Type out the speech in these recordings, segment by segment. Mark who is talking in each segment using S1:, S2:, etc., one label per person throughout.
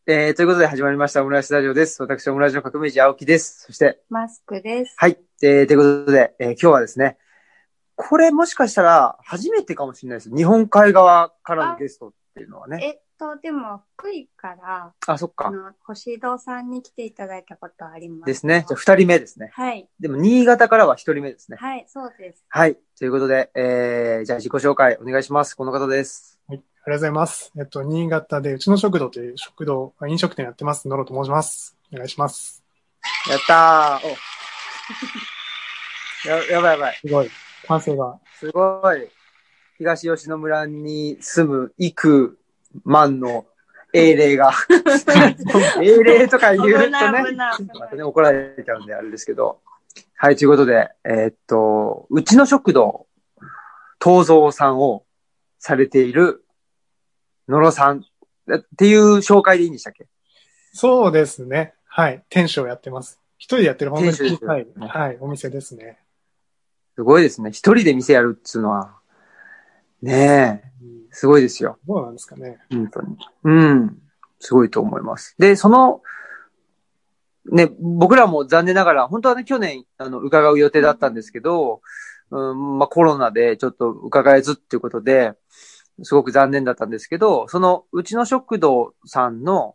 S1: ということで始まりましたオムライスラジオです。私、オムライスの革命児青木です。そして、
S2: マスクです。
S1: はい。ということで、今日はですね、これもしかしたら初めてかもしれないです。日本海側からのゲストっていうのはね。
S2: でも、福井から、
S1: そっか。
S2: 星戸さんに来ていただいたことあります。
S1: ですね。じゃあ、二人目ですね。
S2: はい。
S1: でも、新潟からは一人目ですね。
S2: はい、そうです。
S1: はい。ということで、じゃあ自己紹介お願いします。この方です。
S3: はい。ありがとうございます。新潟でうちの食堂という飲食店やってます。ノロと申します。お願いします。
S1: やったー。やばいやばい。
S3: すごい。歓声が。
S1: すごい。東吉野村に住む幾万の英霊が。英霊とか言うとね、またね、怒られちゃうんであれですけど。はい、ということで、うちの食堂、東蔵さんをされている野呂さんっていう紹介でいいんでしたっけ？
S3: そうですね。はい。店主をやってます。一人でやってる本当に小さい、
S1: ね、
S3: はい、お店ですね。
S1: すごいですね。一人で店やるっていうのは、ねえ、すごいですよ。
S3: どうなんですかね。
S1: 本当に。うん。すごいと思います。で、ね、僕らも残念ながら、本当はね、去年、伺う予定だったんですけど、コロナでちょっと伺えずっていうことで、すごく残念だったんですけど、うちの食堂さんの、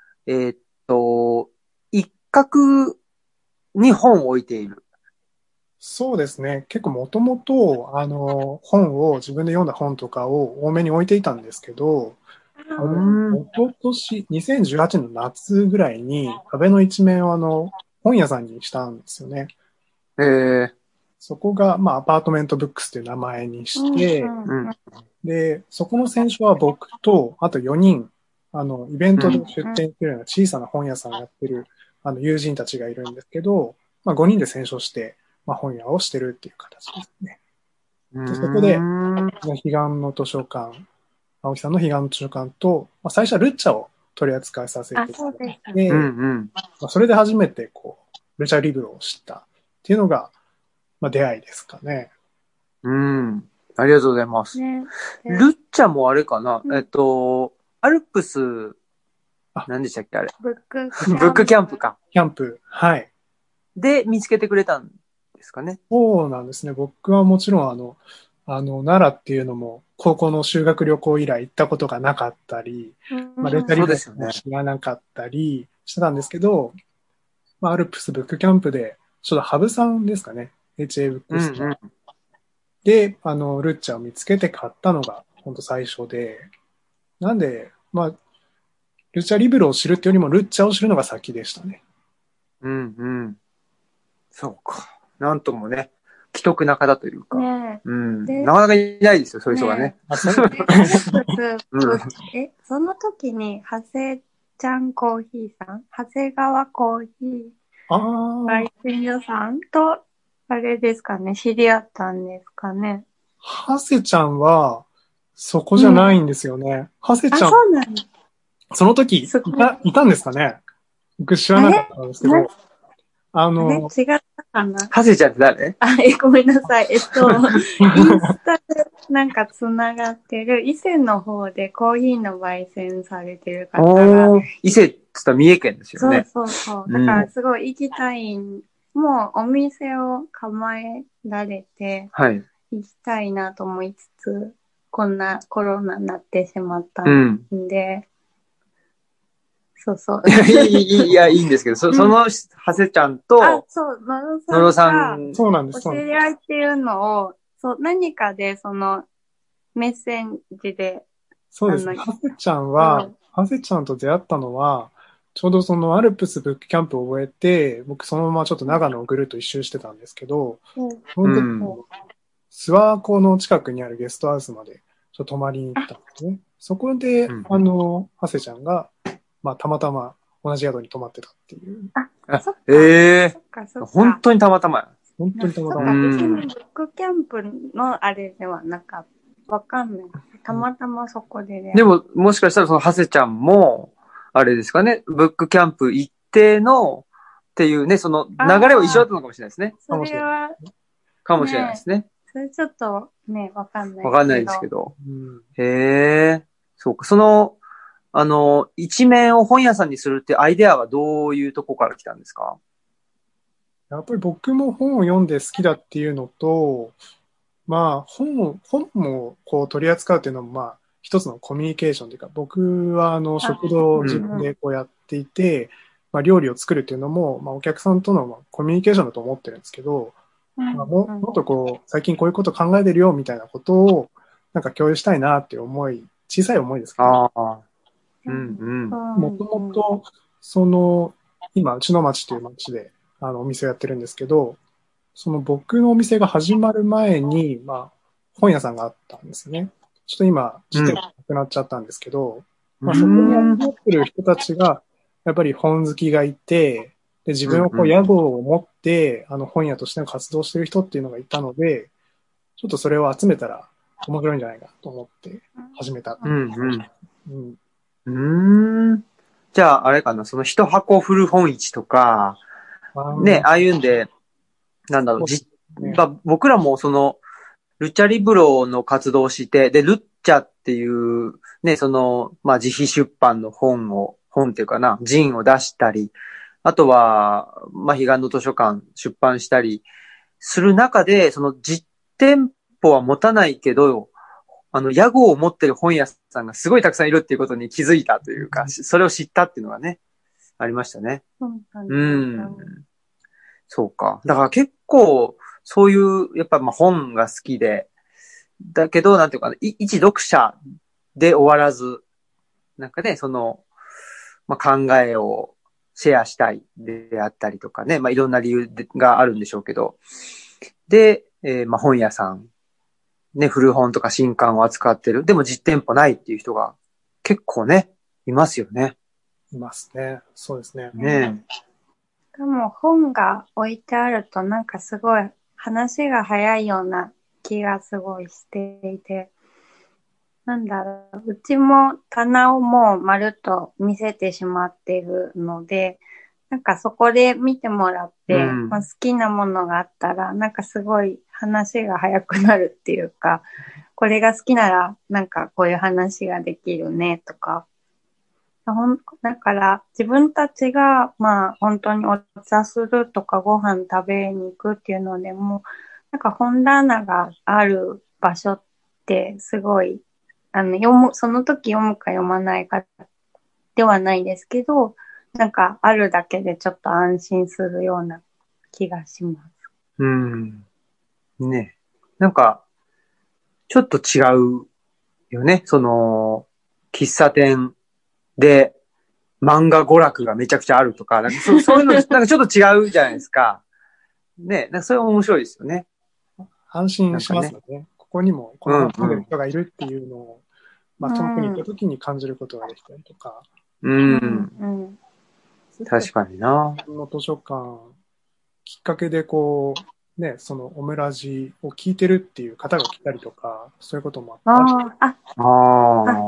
S1: 一角に本を置いている。
S3: そうですね。結構もともと、本を、自分で読んだ本とかを多めに置いていたんですけど、一昨年、2018年の夏ぐらいに、壁の一面を本屋さんにしたんですよね。そこが、アパートメントブックスという名前にして、で、そこの選手は僕と、あと4人、イベントで出店しているような小さな本屋さんをやってる、友人たちがいるんですけど、5人で選書して、本屋をしてるっていう形ですね。で、そこで、彼岸の図書館、青木さんの彼岸の図書館と、最初はルッチャを取り扱いさせていただいて、それで初めてルチャリブロを知ったっていうのが、出会いですかね。
S1: ありがとうございます。ルッチャもあれかな、アルプス、何でしたっけあれ。ブックキャンプか。
S3: キャンプ、はい。
S1: で、見つけてくれたんですかね。
S3: そうなんですね。僕はもちろん奈良っていうのも、高校の修学旅行以来行ったことがなかったり、レタリブも知らなかったりしてたんですけど、アルプスブックキャンプで、ちょっとハブさんですかね。HA ブックストアで、ルッチャを見つけて買ったのが、本当最初で、なんで、ルチャリブロを知るっていうよりも、ルッチャを知るのが先でしたね。
S1: そうか。なんともね、既得な方というか。なかなかいないですよ、そういう人がね。
S2: その時に、長谷ちゃんコーヒーさん、長谷川コーヒー、焙煎所さんと、あれですかね、知り合ったんですかね。
S3: 長谷ちゃんは、そこじゃないんですよね。長谷ちゃん。
S2: そうなんです。
S3: その時、いたんですかね？僕知らなかったんですけど。
S2: 違ったかな？
S1: 長谷ちゃんって誰？
S2: ごめんなさい。インスタでなんか繋がってる、伊勢の方でコーヒーの焙煎されてる方が。
S1: 伊勢って言ったら三重県ですよね。
S2: そう。だからすごい行きたい、もうお店を構えられて、行きたいなと思いつつ、こんなコロナになってしまったんで、そう。
S1: いや、いいんですけど、その、長谷ちゃんと、野呂さん。
S3: そうなんです。
S2: お知り合いっていうのを、何かで、メッセンジで。
S3: そうです。長谷ちゃんは、長谷ちゃんと出会ったのは、ちょうどアルプスブックキャンプを終えて、僕そのままちょっと長野をぐるっと一周してたんですけど、その時も、諏訪湖の近くにあるゲストハウスまで、泊まりに行ったんですね。そこで、長谷ちゃんが、たまたま同じ宿に泊まってたっていう。
S1: 本当にたまたま。
S3: 本当にたまたま。
S2: ブックキャンプのあれではなかった。わかんない。たまたまそこでね。
S1: でも、もしかしたらその長谷ちゃんも、あれですかね、ブックキャンプ一定の、っていうね、その流れは一緒だったのかもしれないですね。
S2: それは、
S1: かもしれないですね。
S2: それちょっとね、わかんない。
S1: わかんないですけど。へえ、そうか。 一面を本屋さんにするってアイデアはどういうとこから来たんですか？
S3: やっぱり僕も本を読んで好きだっていうのと、まあ、本もこう取り扱うっていうのも、まあ、一つのコミュニケーションというか、僕は食堂を自分でこうやっていて、まあ、料理を作るっていうのも、まあ、お客さんとのコミュニケーションだと思ってるんですけど、まあ、もっとこう、最近こういうこと考えてるよみたいなことを、なんか共有したいなっていう思い、小さい思いですけど、もともと、今、うちの町という町で、お店をやってるんですけど、その僕のお店が始まる前に、まあ、本屋さんがあったんですね。ちょっと今、時点がなくなっちゃったんですけど、まあ、そこに集まってる人たちが、やっぱり本好きがいて、で、自分をこう、屋号を持って、本屋としての活動してる人っていうのがいたので、ちょっとそれを集めたら面白いんじゃないかと思って始めた。
S1: じゃあ、あれかな、その一箱古本市とか、ね、ああいうんで、なんだろう、僕らもルチャリブロの活動をして、で、ルッチャっていう、ね、まあ、自費出版の本っていうかな、ジンを出したり、あとは、まあ、彼岸の図書館出版したりする中で、実店舗は持たないけど、屋号を持ってる本屋さんがすごいたくさんいるっていうことに気づいたというか、それを知ったっていうのがね、ありましたね。そうか。だから結構、そういう、やっぱまあ本が好きで、だけど、なんていうかな、一読者で終わらず、なんかね、まあ、考えをシェアしたいであったりとかね、まあ、いろんな理由があるんでしょうけど、で、まあ、本屋さん、ね、古本とか新刊を扱ってる。でも実店舗ないっていう人が結構ね、いますよね。
S3: いますね。そうですね。
S1: ねえ。
S2: でも本が置いてあるとなんかすごい話が早いような気がすごいしていて、なんだろう、うちも棚をもうまるっと見せてしまっているので、なんかそこで見てもらって、まあ、好きなものがあったら、なんかすごい話が早くなるっていうか、これが好きならなんかこういう話ができるねとか、だから自分たちがまあ本当にお茶するとかご飯食べに行くっていうのでも、なんか本棚がある場所ってすごい、その時読むか読まないかではないですけど、なんかあるだけでちょっと安心するような気がします。
S1: ね。なんか、ちょっと違うよね。喫茶店で漫画娯楽がめちゃくちゃあるとか、なんかそういうの、なんかちょっと違うじゃないですか。ね。なんかそれ面白いですよね。
S3: 安心しますよね。ここにもこの住んでる人がいるっていうのを、まあ、遠くに行った時に感じることができたりとか。
S1: 確かにな。
S3: この図書館、きっかけでこう、ね、オムラジを聞いてるっていう方が来たりとか、そういうこともあった。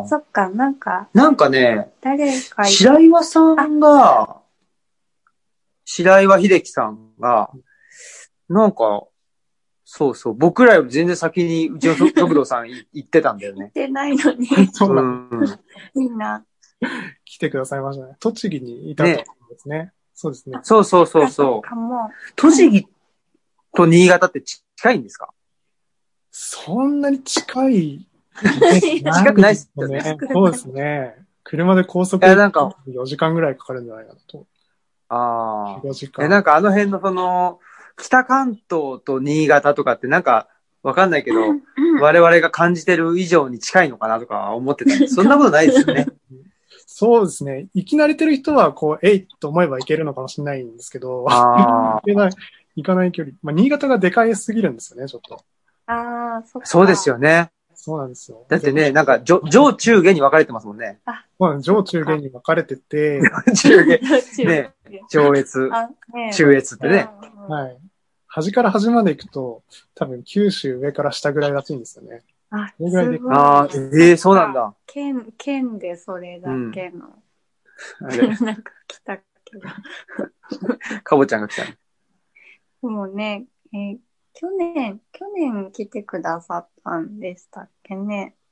S2: そっか、なんか
S1: ね、
S2: 誰か
S1: 白岩さんが、白岩秀樹さんが、なんか、そうそう、僕らより全然先にうちの食堂さん行ってたんだよね。
S2: 行ってないのに。みんな。
S3: 来てくださいましたね。栃木にいたと思うんですね。そうですね。
S1: そう。栃木と新潟って近いんですか？
S3: そんなに近い。
S1: 近くないっすよね。
S3: そうですね。車で高速で4時間ぐらいかかるんじゃないかなと。
S1: 4時間。なんかあの辺の北関東と新潟とかってなんかわかんないけど、我々が感じてる以上に近いのかなとか思ってたんで、そんなことないですよね。
S3: そうですね。生き慣れてる人は、こう、えいと思えばいけるのかもしれないんですけど、行かない距離。まあ、新潟がでかいすぎるんですよね、ちょっと。
S2: そっか。
S1: そうですよね。
S3: そうなんですよ。
S1: だってね、なんか、上中下に分かれてますもんね。
S3: 上中下に分かれてて。
S1: 中下。ね、上越、中越ってね。
S3: はい。端から端まで行くと、多分九州上から下ぐらいらしいんですよね。
S2: それぐらいで。
S1: そうなんだ。
S2: 県でそれだけの。なんか来たけど。
S1: かぼちゃんが来た。
S2: もうね、去年来てくださったんでしたっけね。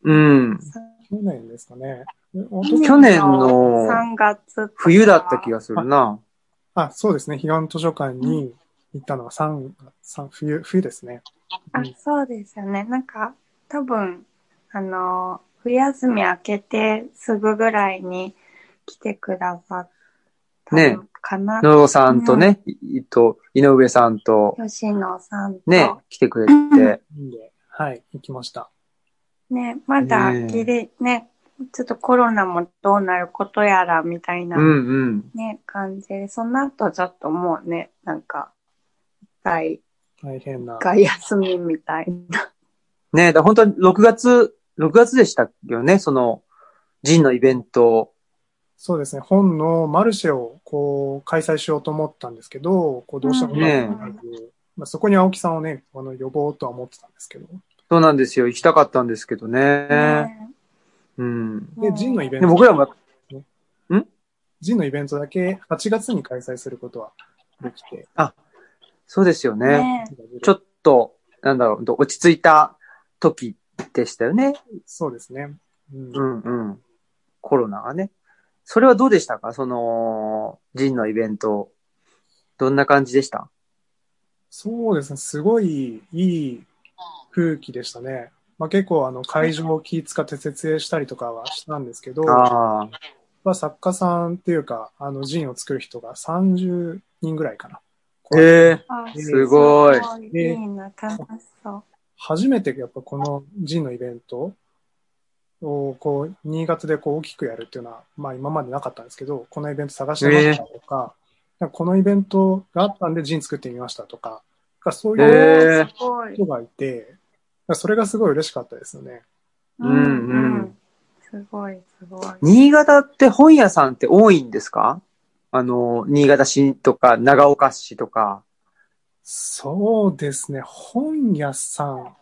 S1: うん。
S3: 去年ですかね。
S1: 去年の3月冬だった気がするな。
S3: そうですね。彼岸図書館に行ったのは冬ですね。
S2: そうですよね。なんか、多分、冬休み明けてすぐぐらいに来てくださったのかな。
S1: 野呂さんとね、井上さんと、
S2: 吉野さんと。
S1: ね、来てくれて。
S3: はい、行きました。
S2: ね、まだね、ちょっとコロナもどうなることやらみたいな、ね、感じで、その後ちょっともうね、なんか、大変な。外休みみたいな。
S1: ねえ、本当に6月でしたよね、その、ジンのイベント。
S3: そうですね、本のマルシェをこう開催しようと思ったんですけど、こうどうしてもそこに青木さんをね、呼ぼうとは思ってたんですけど。
S1: そうなんですよ、行きたかったんですけどね。うん。
S3: で、ジンのイベント。
S1: 僕らも、
S3: ジンのイベントだけ8月に開催することはできて。
S1: そうですよね。ちょっと、落ち着いた時でしたよね。
S3: そうですね。
S1: コロナがね。それはどうでしたか？その、ジンのイベント。どんな感じでした？
S3: そうですね。すごいいい空気でしたね。結構会場を気使って設営したりとかはしたんですけど、作家さんっていうか、ジンを作る人が30人ぐらいかな。
S1: すごい。
S2: いいな、楽しそう。
S3: 初めてやっぱこのジンのイベントをこう、新潟でこう大きくやるっていうのは、今までなかったんですけど、このイベント探してましたとか、このイベントがあったんでジン作ってみましたとか、そういう人がいて、それがすごい嬉しかったですよね。
S2: すごい、すごい。
S1: 新潟って本屋さんって多いんですか？新潟市とか長岡市とか。
S3: そうですね。本屋さん、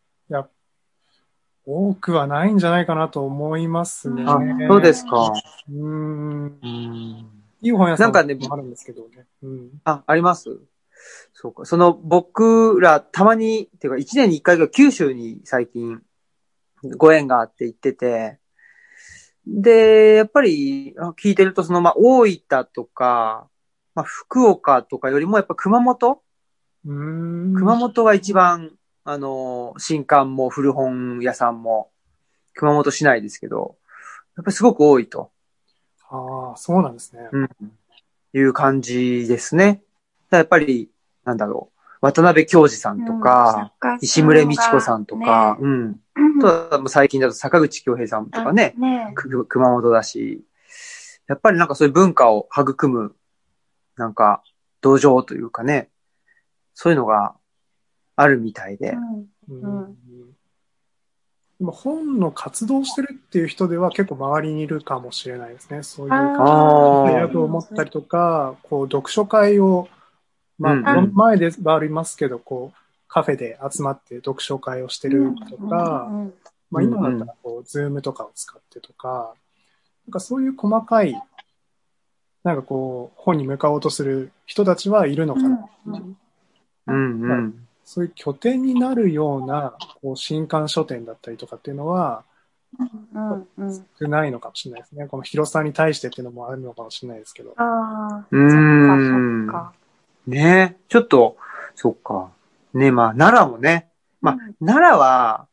S3: 多くはないんじゃないかなと思いますね。
S1: そうですか。
S3: いい本屋さんもあるんですけどね。
S1: あります？そうか。僕らたまに、っていうか1年に1回ぐらい九州に最近ご縁があって行ってて、で、やっぱり聞いてると大分とか、福岡とかよりもやっぱ熊本が一番、新刊も古本屋さんも熊本市内ですけど、やっぱりすごく多いと。
S3: そうなんですね。
S1: いう感じですね。やっぱり、渡辺京二さんとか、石村美智子さんとか、あと最近だと坂口京平さんとかね、熊本だし、やっぱりそういう文化を育む、土壌というかね、そういうのがあるみたいで。
S3: 今本の活動してるっていう人では結構周りにいるかもしれないですね。そういう大学を持ったりとか、こう読書会を、前ではありますけど、こうカフェで集まって読書会をしてるとか、今だったらこうズームとかを使ってとか、そういう細かいこう本に向かおうとする人たちはいるのかな。そういう拠点になるようなこう新刊書店だったりとかっていうのは少ないのかもしれないですね。この広さに対してっていうのもあるのかもしれないですけど。
S2: そっか。
S1: ね、ちょっと、そっか。ね、奈良もね。奈良は、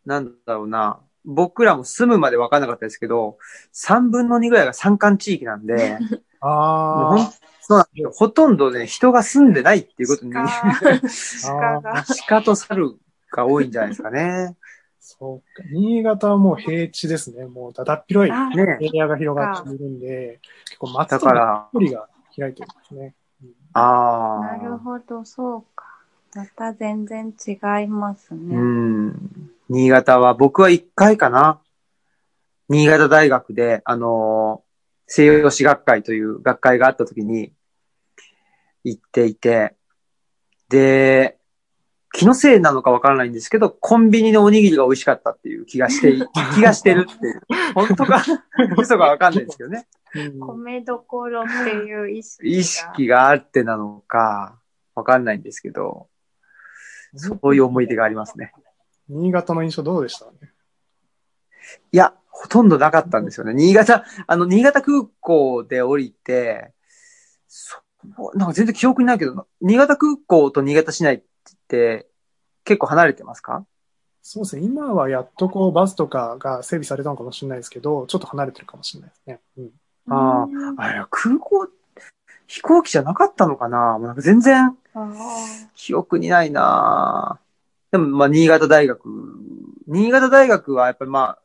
S1: 僕らも住むまで分からなかったですけど、3分の2ぐらいが山間地域なんで、そうなんですよ。ほとんどね、人が住んでないっていうことに、鹿と猿が多いんじゃないですかね。
S3: そうか。新潟はもう平地ですね。もうだだっ広いエリアが広がっているんで、結構松とか距離が開いてるんですね。
S2: なるほど、そうか。また全然違いますね。
S1: 新潟は、僕は1回かな。新潟大学で、西洋史学会という学会があった時に行っていて、で、気のせいなのかわからないんですけど、コンビニのおにぎりが美味しかったっていう気がしてるっていう。本当か嘘かわかんないですけどね。
S2: 米どころっていう意
S1: 識があってなのか、わかんないんですけど、そういう思い出がありますね。
S3: 新潟の印象どうでしたね？
S1: いや、ほとんどなかったんですよね。新潟空港で降りて、なんか全然記憶にないけど、新潟空港と新潟市内って結構離れてますか？
S3: そうですね。今はやっとこうバスとかが整備されたのかもしれないですけど、ちょっと離れてるかもしれないですね。うん、
S1: あれ、飛行機じゃなかったのかな？なんか全然記憶にないな。でも、まあ、新潟大学はやっぱりまあ、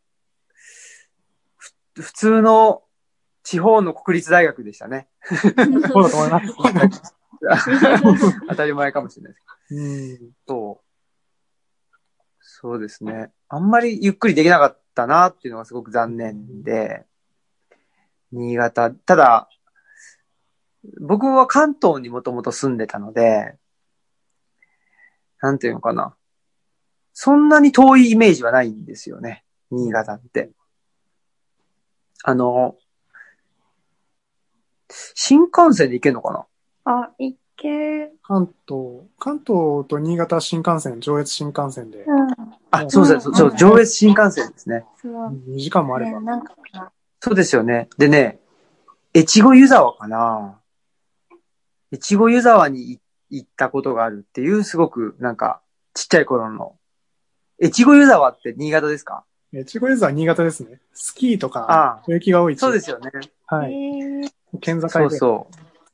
S1: 普通の地方の国立大学でしたね。
S3: そうだと思います。
S1: 当たり前かもしれないです
S3: け
S1: ど。そうですね。あんまりゆっくりできなかったなっていうのがすごく残念で、新潟、ただ、僕は関東にもともと住んでたので、なんていうのかな。そんなに遠いイメージはないんですよね。新潟って。新幹線で行けるのかな？
S2: 行け。
S3: 関東と新潟新幹線、上越新幹線で。
S1: そうです。上越新幹線ですね。
S3: 2時間もあれば。
S1: そうですよね。でね、越後湯沢かな？越後湯沢に行ったことがあるっていう、すごくなんか、ちっちゃい頃の。越後湯沢って新潟ですか？
S3: 越後湯沢新潟ですね。スキーとか、雪が多い。
S1: そうですよね。
S3: はい。県境で。
S1: そう。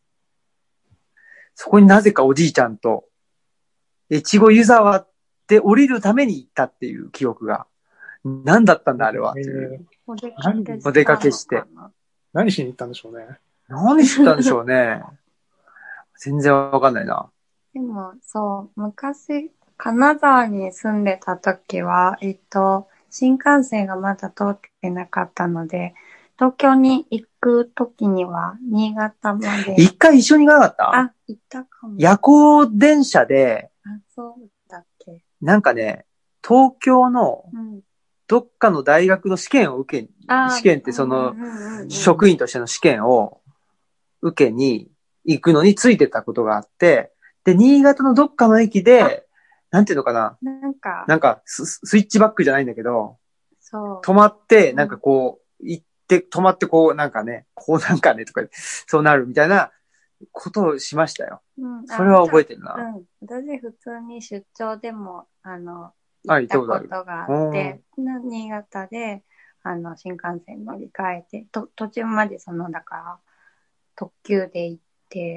S1: そこになぜかおじいちゃんと、越後湯沢で降りるために行ったっていう記憶が。何だったんだ、あれは。
S2: お
S1: 出かけして。
S3: 何しに行ったんでしょうね。
S1: 何したんでしょうね。全然わかんないな。
S2: でも、そう、昔、金沢に住んでた時は、新幹線がまだ通ってなかったので、東京に行く時には、新潟まで。
S1: 一回一緒に行かなかった？
S2: 行ったかも。
S1: 夜行電車で、
S2: そうだっけ。
S1: なんかね、東京の、どっかの大学の試験ってその、職員としての試験を受けに行くのについてたことがあって、で、新潟のどっかの駅で、なんていうのかな。なんかスイッチバックじゃないんだけど、止まって、なんかこう、行って、止まってこう、なんかねとか、そうなるみたいなことをしましたよ。それは覚えてるな。
S2: 私普通に出張でも、行ったことがあって、新潟で、新幹線乗り換えて、途中までだから、特急で行って、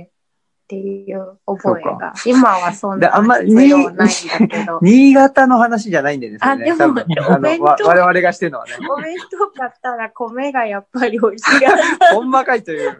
S2: っていう覚えが。今はそんな必要ないんだけど。
S1: 新潟の話じゃないんでね。
S2: でも、お弁当。
S1: 我々がしてるのはね。
S2: お弁当買ったら米がやっぱり美味しい。
S1: ほんまかいという。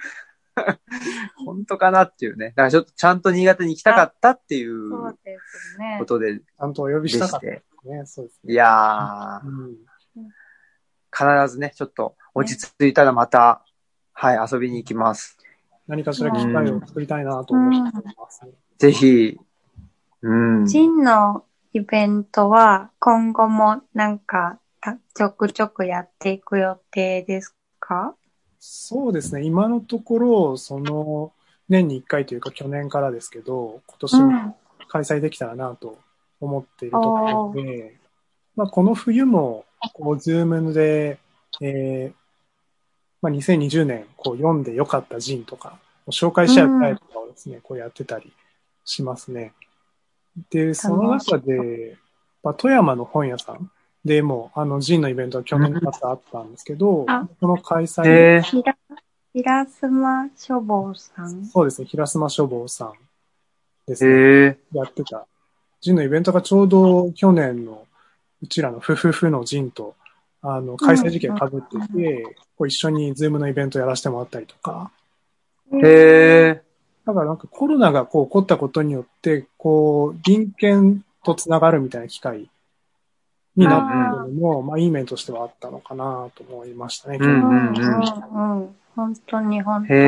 S1: 本当かなっていうね。だからちょっとちゃんと新潟に行きたかったっていうことで。
S3: ちゃんとお呼びしたかったね。そうですね。
S1: いやー、必ずね、ちょっと落ち着いたらまた、遊びに行きます。
S3: 何かしら機会を作りたいなと思ってます、ね。
S1: ぜひ。
S2: ジンのイベントは今後もなんかちょくちょくやっていく予定ですか？
S3: そうですね。今のところ、年に1回というか去年からですけど、今年も開催できたらなと思っているところで、この冬も、ズームで、2020年、読んでよかったジンとか、紹介し合う会とかをですね、やってたりしますね。で、その中で、富山の本屋さんでも、ジンのイベントは去年またあったんですけど、この開催で、
S2: 平妻書房さん。
S3: そうですね、平妻書房さんですね。やってた。ジンのイベントがちょうど去年のうちらのフフフのジンと、開催時期が被ってて、一緒にズームのイベントやらせてもらったりとか。だからなんかコロナが起こったことによって、隣県とつながるみたいな機会になったのも、いい面としてはあったのかなと思いましたね。
S2: 本当に。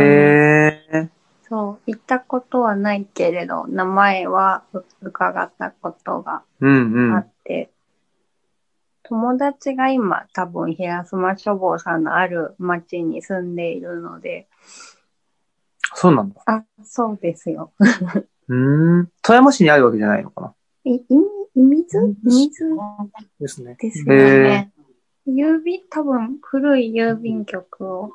S2: そう、行ったことはないけれど、名前は伺ったことがあって、友達が今多分平妻書房さんのある町に住んでいるので。
S1: そうなんだ。
S2: そうですよ。
S1: 富山市にあるわけじゃないのかな？
S2: 水
S3: ですね。
S2: ですよね。 多分古い郵便局を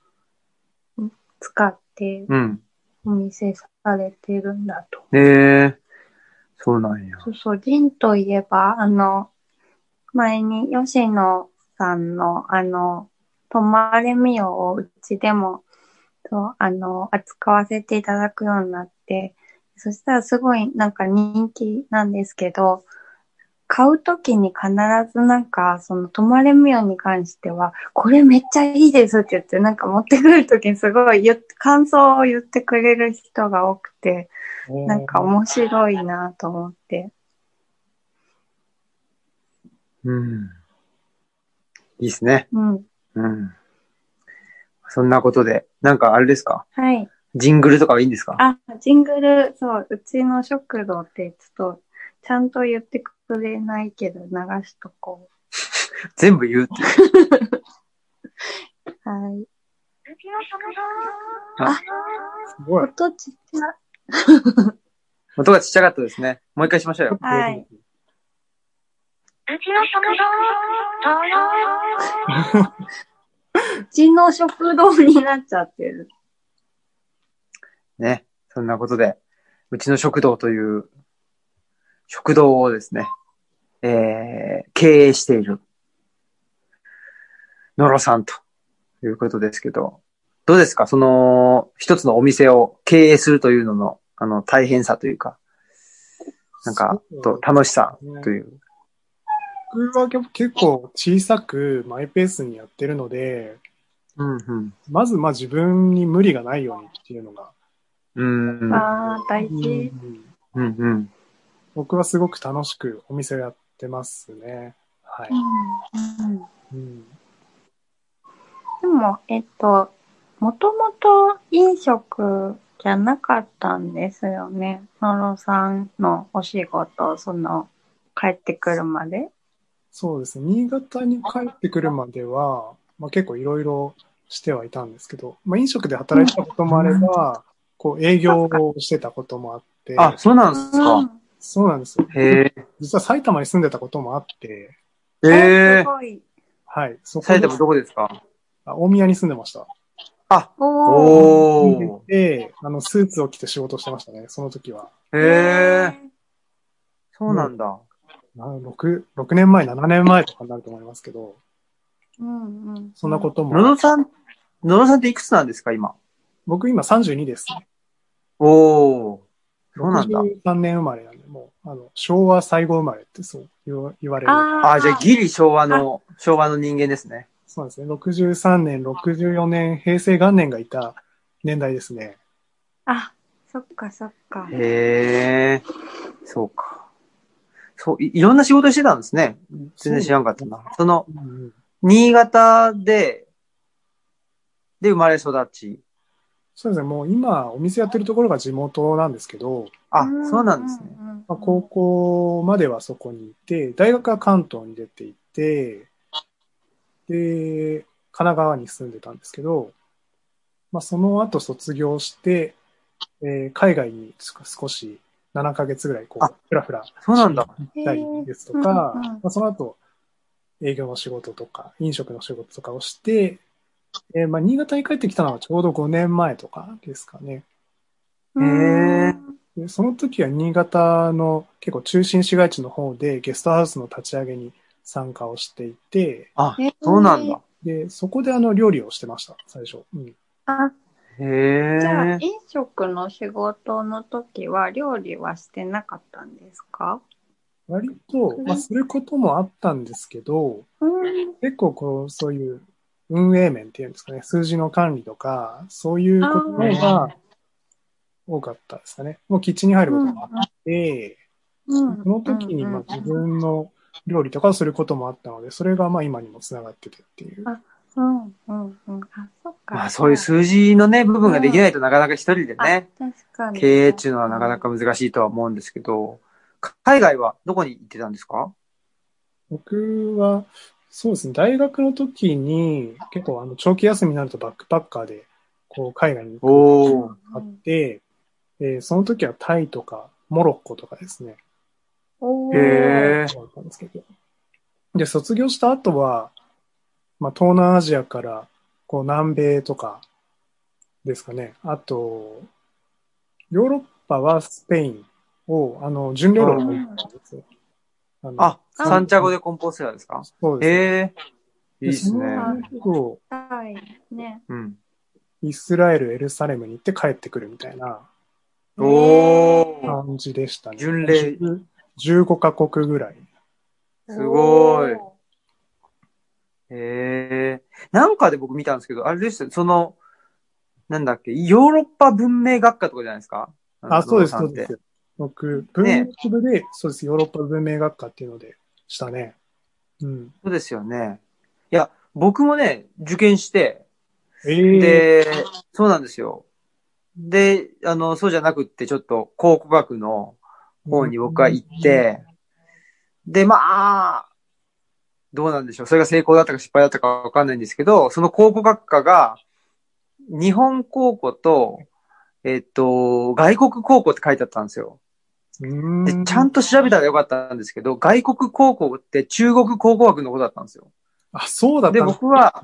S2: 使ってお店されてるんだと。
S1: そうなんや。
S2: そうそう、ジンといえば、前に吉野さんの泊まれみよをうちでも、そう、扱わせていただくようになって、そしたらすごいなんか人気なんですけど、買うときに必ずなんか、その泊まれみよに関しては、これめっちゃいいですって言って、なんか持ってくるときにすごい感想を言ってくれる人が多くて、なんか面白いなと思って。
S1: いいっすね。
S2: うん。
S1: そんなことで、なんかあれですか？
S2: はい。
S1: ジングルとかはいいんですか？
S2: ジングル、そう、うちの食堂ってちょっと、ちゃんと言ってくれないけど流しとこう。
S1: 全部言うって。
S2: はい。
S3: すごい。
S2: 音ちっちゃ。
S1: 音がちっちゃかったですね。もう一回しましょうよ。
S2: はい。うちの食堂になっちゃってる。
S1: ね。そんなことで、うちの食堂という食堂をですね、経営している野呂さんということですけど、どうですか？その一つのお店を経営するというのの、大変さというか、なんか、楽しさという。
S3: 僕は結構小さくマイペースにやってるので、まず自分に無理がないようにっていうのが。
S2: 大事。
S3: 僕はすごく楽しくお店をやってますね。はい。
S2: でも、もともと飲食じゃなかったんですよね。野呂さんのお仕事、帰ってくるまで。
S3: そうですね。新潟に帰ってくるまでは、結構いろいろしてはいたんですけど、飲食で働いたこともあれば、営業をしてたこともあって。
S1: そうなんですか。
S3: そうなんですよ。実は埼玉に住んでたこともあって。
S2: すごい。
S3: はい。
S1: 埼玉どこですか？
S3: 大宮に住んでました。で、スーツを着て仕事してましたね、その時は。
S1: そうなんだ。
S3: 6年前、7年前とかになると思いますけど。そんなことも。
S1: 野呂さんっていくつなんですか、今？
S3: 僕今32ですね。
S1: そうなんだ。
S3: 63年生まれなんで、もう、昭和最後生まれってそう言われる。
S1: じゃあギリ昭和の人間ですね。
S3: そうですね。63年、64年、平成元年がいた年代ですね。
S2: そっかそっか。
S1: そうか。そう、いろんな仕事してたんですね。全然知らんかったな。新潟で生まれ育ち。
S3: そうですね。もう今、お店やってるところが地元なんですけど。
S1: そうなんですね。
S3: 高校まではそこにいて、大学は関東に出ていて、で、神奈川に住んでたんですけど、その後卒業して、海外に少し7ヶ月ぐらい、ふらふら
S1: そうなんだ。
S3: 行ったりですとか、その後、営業の仕事とか、飲食の仕事とかをして、新潟に帰ってきたのはちょうど5年前とかですかね。でその時は新潟の結構中心市街地の方でゲストハウスの立ち上げに参加をしていて。
S1: そうなんだ。
S3: で、そこで料理をしてました、最初。
S2: じゃあ、飲食の仕事の時は料理はしてなかったんですか？
S3: 割と、することもあったんですけど、結構そういう運営面っていうんですかね、数字の管理とか、そういうことの方が多かったですかね。もうキッチンに入ることもあって、その時に自分の料理とかをすることもあったので、それが今にもつながっててっていう。
S2: そっか。
S1: そういう数字のね、部分ができないとなかなか一人でね、経営っていうのはなかなか難しいとは思うんですけど、海外はどこに行ってたんですか？
S3: 僕は、そうですね、大学の時に結構長期休みになるとバックパッカーで海外に行くことがあって、その時はタイとかモロッコとかですね。で、卒業した後は、 まあ、東南アジアから、こう、南米とかですかね。あと、ヨーロッパはスペインを、巡礼路を行ったんですよ。
S1: サンチャゴでコンポステラですか？
S3: そうですね。
S1: いいですね。
S3: そう。
S2: ね。
S3: イスラエル、エルサレムに行って帰ってくるみたいな感じでしたね。
S1: 巡礼。
S3: 15カ国ぐらい。
S1: すごい。なんかで僕見たんですけど、あれですよ、なんだっけ、ヨーロッパ文明学科とかじゃないですか？
S3: そうです、そうです。僕、文学部で、そうです、ヨーロッパ文明学科っていうのでしたね。
S1: そうですよね。いや、僕もね、受験して、で、そうなんですよ。で、そうじゃなくって、ちょっと考古学の方に僕は行って、で、まあ、どうなんでしょう。それが成功だったか失敗だったかわかんないんですけど、その考古学科が、日本考古と、外国考古って書いてあったんですよ。で、ちゃんと調べたらよかったんですけど、外国考古って中国考古学のことだったんですよ。
S3: そうだったん
S1: です。で、僕は、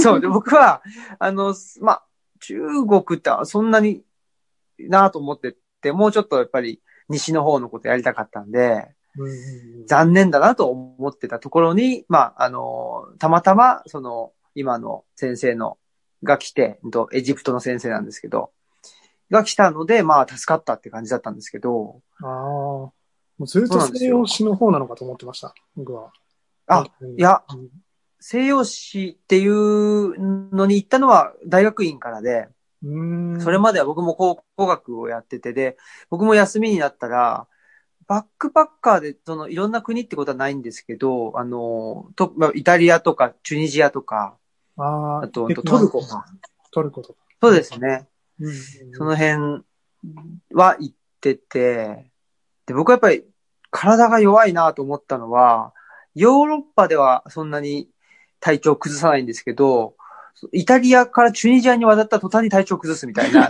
S1: まあ、中国ってそんなになと思ってて、もうちょっとやっぱり西の方のことやりたかったんで、残念だなと思ってたところに、まあ、たまたま、今の先生が来て、エジプトの先生なんですけど、が来たので、まあ、助かったって感じだったんですけど。
S3: もうずっと西洋史の方なのかと思ってました、僕は。
S1: いや、西洋史っていうのに行ったのは大学院からで、それまでは僕も考古学をやっててで、僕も休みになったら、バックパッカーで、いろんな国ってことはないんですけど、イタリアとか、チュニジアとか、あと、トルコか。
S3: トルコとか。
S1: そうですね。その辺は行ってて、で、僕はやっぱり体が弱いなと思ったのは、ヨーロッパではそんなに体調崩さないんですけど、イタリアからチュニジアに渡った途端に体調崩すみたいな。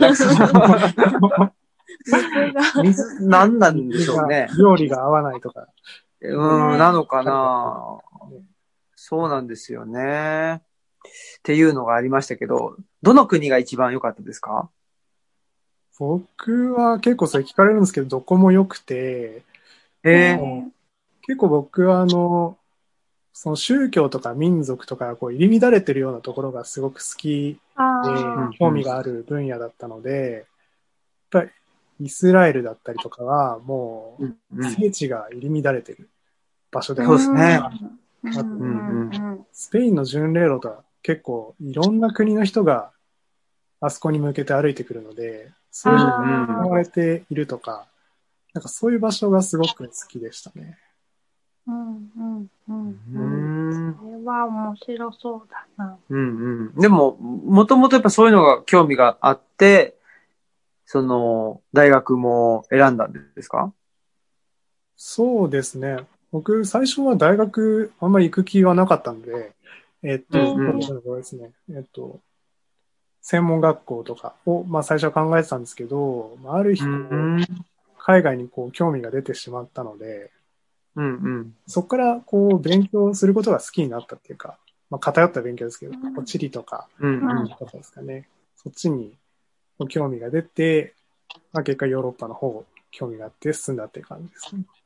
S1: 何なんでしょうね。
S3: 料理が合わないとか。
S1: なのかな。そうなんですよね。っていうのがありましたけど、どの国が一番良かったですか？
S3: 僕は結構それ聞かれるんですけど、どこも良くて、結構僕はその宗教とか民族とかこう入り乱れてるようなところがすごく好きで、興味がある分野だったので、やっぱりイスラエルだったりとかはもう聖地が入り乱れてる場所である。
S1: そうですね。
S3: スペインの巡礼路とは結構いろんな国の人があそこに向けて歩いてくるので、そういうのが使われているとか、なんかそういう場所がすごく好きでしたね。
S2: それは面白そうだな。
S1: でも、もともとやっぱそういうのが興味があって、大学も選んだんですか？
S3: そうですね。僕、最初は大学あんまり行く気はなかったんで、そうですね。専門学校とかを、まあ最初は考えてたんですけど、ある日海外にこう興味が出てしまったので、そこからこう勉強することが好きになったっていうか、まあ偏った勉強ですけど、地理とか、とかですかね。そっちに興味が出て、まあ結果ヨーロッパの方興味があって進んだっていう感じですね。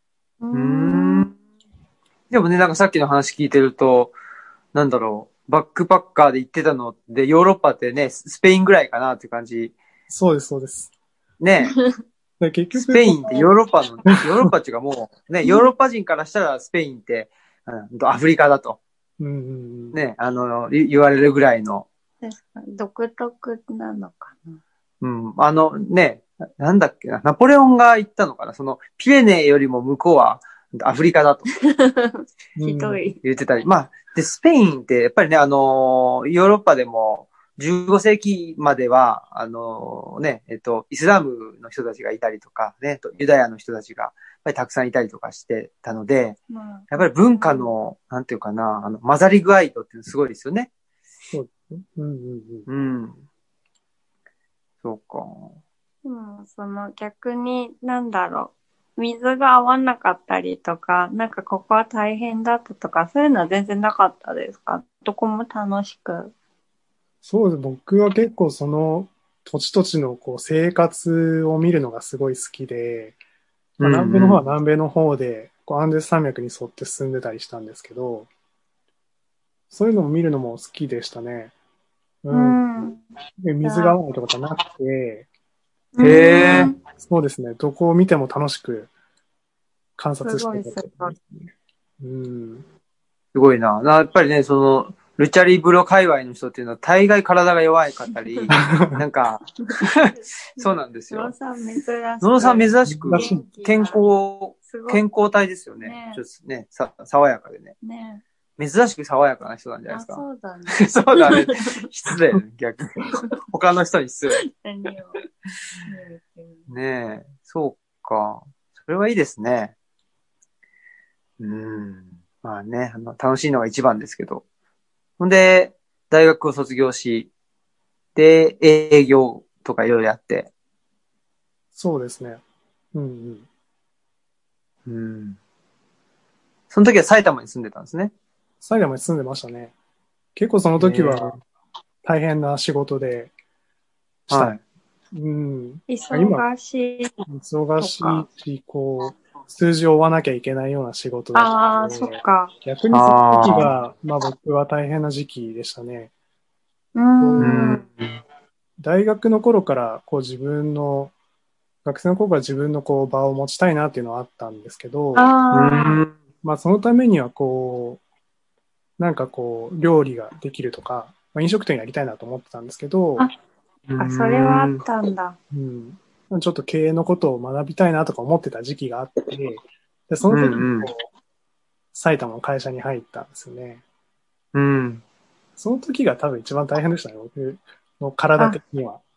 S1: でもね、なんかさっきの話聞いてると、なんだろう、バックパッカーで行ってたので、ヨーロッパってね、スペインぐらいかなっていう感じ。
S3: そうです、そうです。
S1: ね
S3: で結局
S1: スペインってヨーロッパっていうかもう、ね、ヨーロッパ人からしたらスペインって、アフリカだと。ね、言われるぐらいの。
S2: 確かに、独特なのか
S1: な。ね、なんだっけな、ナポレオンが言ったのかな、ピレネーよりも向こうはアフリカだと。
S2: ひどい。
S1: 言ってたり。まあ、で、スペインってやっぱりね、ヨーロッパでも15世紀までは、イスラムの人たちがいたりとか、ね、ユダヤの人たちが、やっぱりたくさんいたりとかしてたので、やっぱり文化の、なんていうかな、混ざり具合とっていうのすごいですよね。
S3: そうですね。
S1: そうか。
S2: 逆に、なんだろう。 水が合わなかったりとか、なんかここは大変だったとか、そういうのは全然なかったですか？どこも楽しく。
S3: そうです。僕は結構その土地土地のこう生活を見るのがすごい好きで、まあ、南米の方は南米の方で、こうアンデス山脈に沿って進んでたりしたんですけど、そういうのを見るのも好きでしたね。うん。で水が合わないとかじゃなくて、
S1: へえ。
S3: そうですね。どこを見ても楽しく観察してた、
S2: すごい。
S3: うん。
S1: すごいな。やっぱりね、その、ルチャリブロ界隈の人っていうのは大概体が弱いかったり、なんか、そうなんですよ。野呂さん珍しく健康体ですよね。ちょっとね、爽やかでね。珍しく爽やかな人なんじゃないですか。
S2: そうだね。
S1: そうだね。失礼、逆に。他の人に失礼。ねえ、そうか。それはいいですね。まあね、楽しいのが一番ですけど。ほんで、大学を卒業し、で、営業とかいろいろやって。
S3: そうですね。うんうん。
S1: うん。その時は埼玉に住んでたんですね。
S3: 埼玉に住んでましたね。結構その時は大変な仕事でした。はい。うん。
S2: 忙しい。
S3: 忙しいし、こう、数字を追わなきゃいけないような仕事だった
S2: ああ、そっか。
S3: 逆にその時が、まあ僕は大変な時期でしたね。大学の頃から、こう自分の、学生の頃から自分のこう場を持ちたいなっていうのはあったんですけど、まあそのためにはこう、なんかこう、料理ができるとか、まあ、飲食店やりたいなと思ってたんですけど、
S2: それはあったんだ。
S3: うん。ちょっと経営のことを学びたいなとか思ってた時期があって、でその時にこう、埼玉の会社に入ったんですよね。
S1: うん。
S3: その時が多分一番大変でしたね、僕の体的には。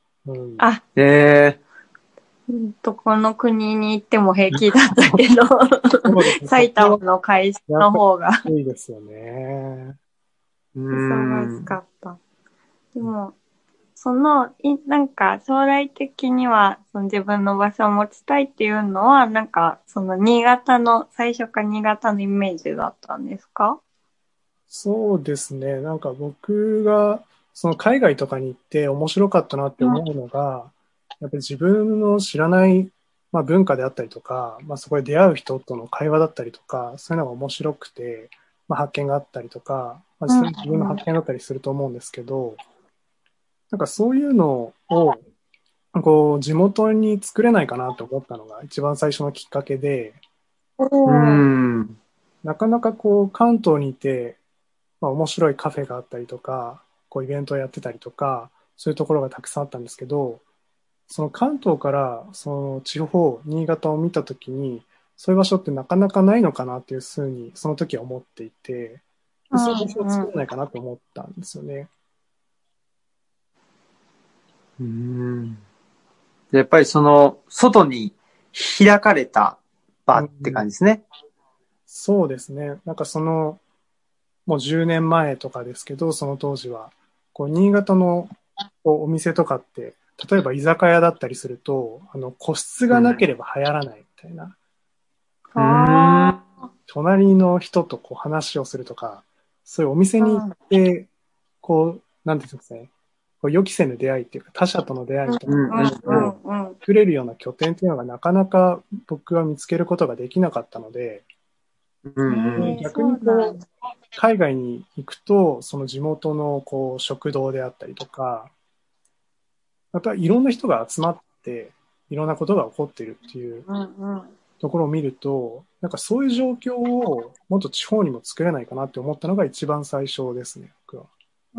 S2: どこの国に行っても平気だったけど、埼玉の会社の方が。
S3: いいですよね。
S2: 忙しかった。でも、なんか将来的にはその自分の場所を持ちたいっていうのは、なんかその最初から新潟のイメージだったんですか？
S3: そうですね。なんか僕がその海外とかに行って面白かったなって思うのが、やっぱり自分の知らない、まあ、文化であったりとか、まあ、そこで出会う人との会話だったりとか、そういうのが面白くて、まあ、発見があったりとか、まあ、実際に自分の発見だったりすると思うんですけど、なんかそういうのをこう地元に作れないかなと思ったのが一番最初のきっかけで、なかなかこう関東にいて、まあ、面白いカフェがあったりとか、こうイベントをやってたりとか、そういうところがたくさんあったんですけど、その関東からその地方、新潟を見たときに、そういう場所ってなかなかないのかなっていうふうに、その時は思っていて、そういう場所を作らないかなと思ったんですよね。
S1: やっぱりその、外に開かれた場って感じですね。
S3: そうですね。なんかもう10年前とかですけど、その当時は、こう、新潟のお店とかって、例えば居酒屋だったりすると、個室がなければ流行らないみたいな。隣の人とこう話をするとか、そういうお店に行って、こう、なんていうんですかね、こう予期せぬ出会いっていうか、他者との出会いとかを作れるような拠点っていうのがなかなか僕は見つけることができなかったので、逆にこう、海外に行くと、その地元のこう食堂であったりとか、やっぱりいろんな人が集まって、いろんなことが起こっているっていうところを見ると、なんかそういう状況をもっと地方にも作れないかなって思ったのが一番最初ですね、僕は。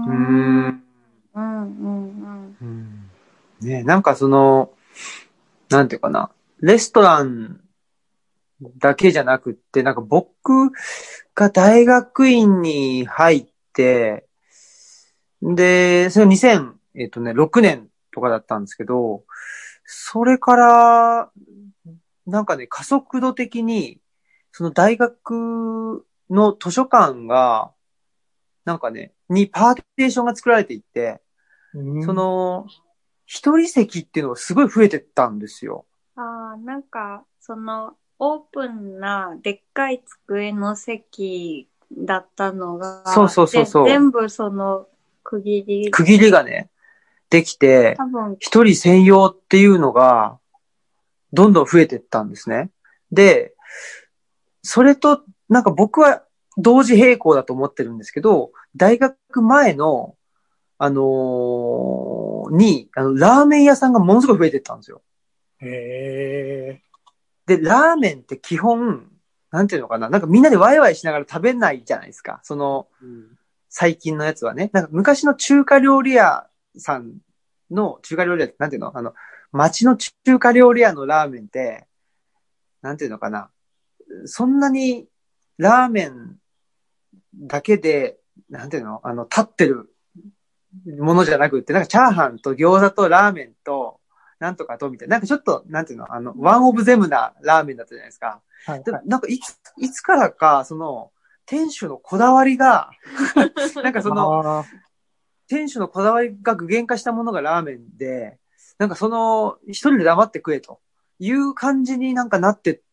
S1: ね、なんかその、なんていうかな、レストランだけじゃなくって、なんか僕が大学院に入って、で、それ2006年とかだったんですけど、それから、なんかね、加速度的に、その大学の図書館が、なんかね、にパーテーションが作られていって、その、一人席っていうのがすごい増えてったんですよ。
S2: なんか、 オープンなでっかい机の席だったのが、
S1: そう。
S2: 全部その区切
S1: りがね、できて、
S2: 多分
S1: 一人専用っていうのが、どんどん増えていったんですね。で、それと、なんか僕は同時並行だと思ってるんですけど、大学前の、ラーメン屋さんがものすごい増えていったんですよ。
S3: へ
S1: で、ラーメンって基本、なんていうのかな、なんかみんなでワイワイしながら食べないじゃないですか。最近のやつはね。なんか昔の中華料理屋さんの、中華料理屋ってなんていうの町の中華料理屋のラーメンって、なんていうのかな。そんなにラーメンだけで、なんていうの立ってるものじゃなくって、なんかチャーハンと餃子とラーメンと、なんとかとみたいな。なんかちょっと、なんていうのワンオブゼムなラーメンだったじゃないですか。
S3: はい。
S1: でなんかいつからか、店主のこだわりが、なんか店主のこだわりが具現化したものがラーメンで、なんか一人で黙って食えという感じになんかなってった、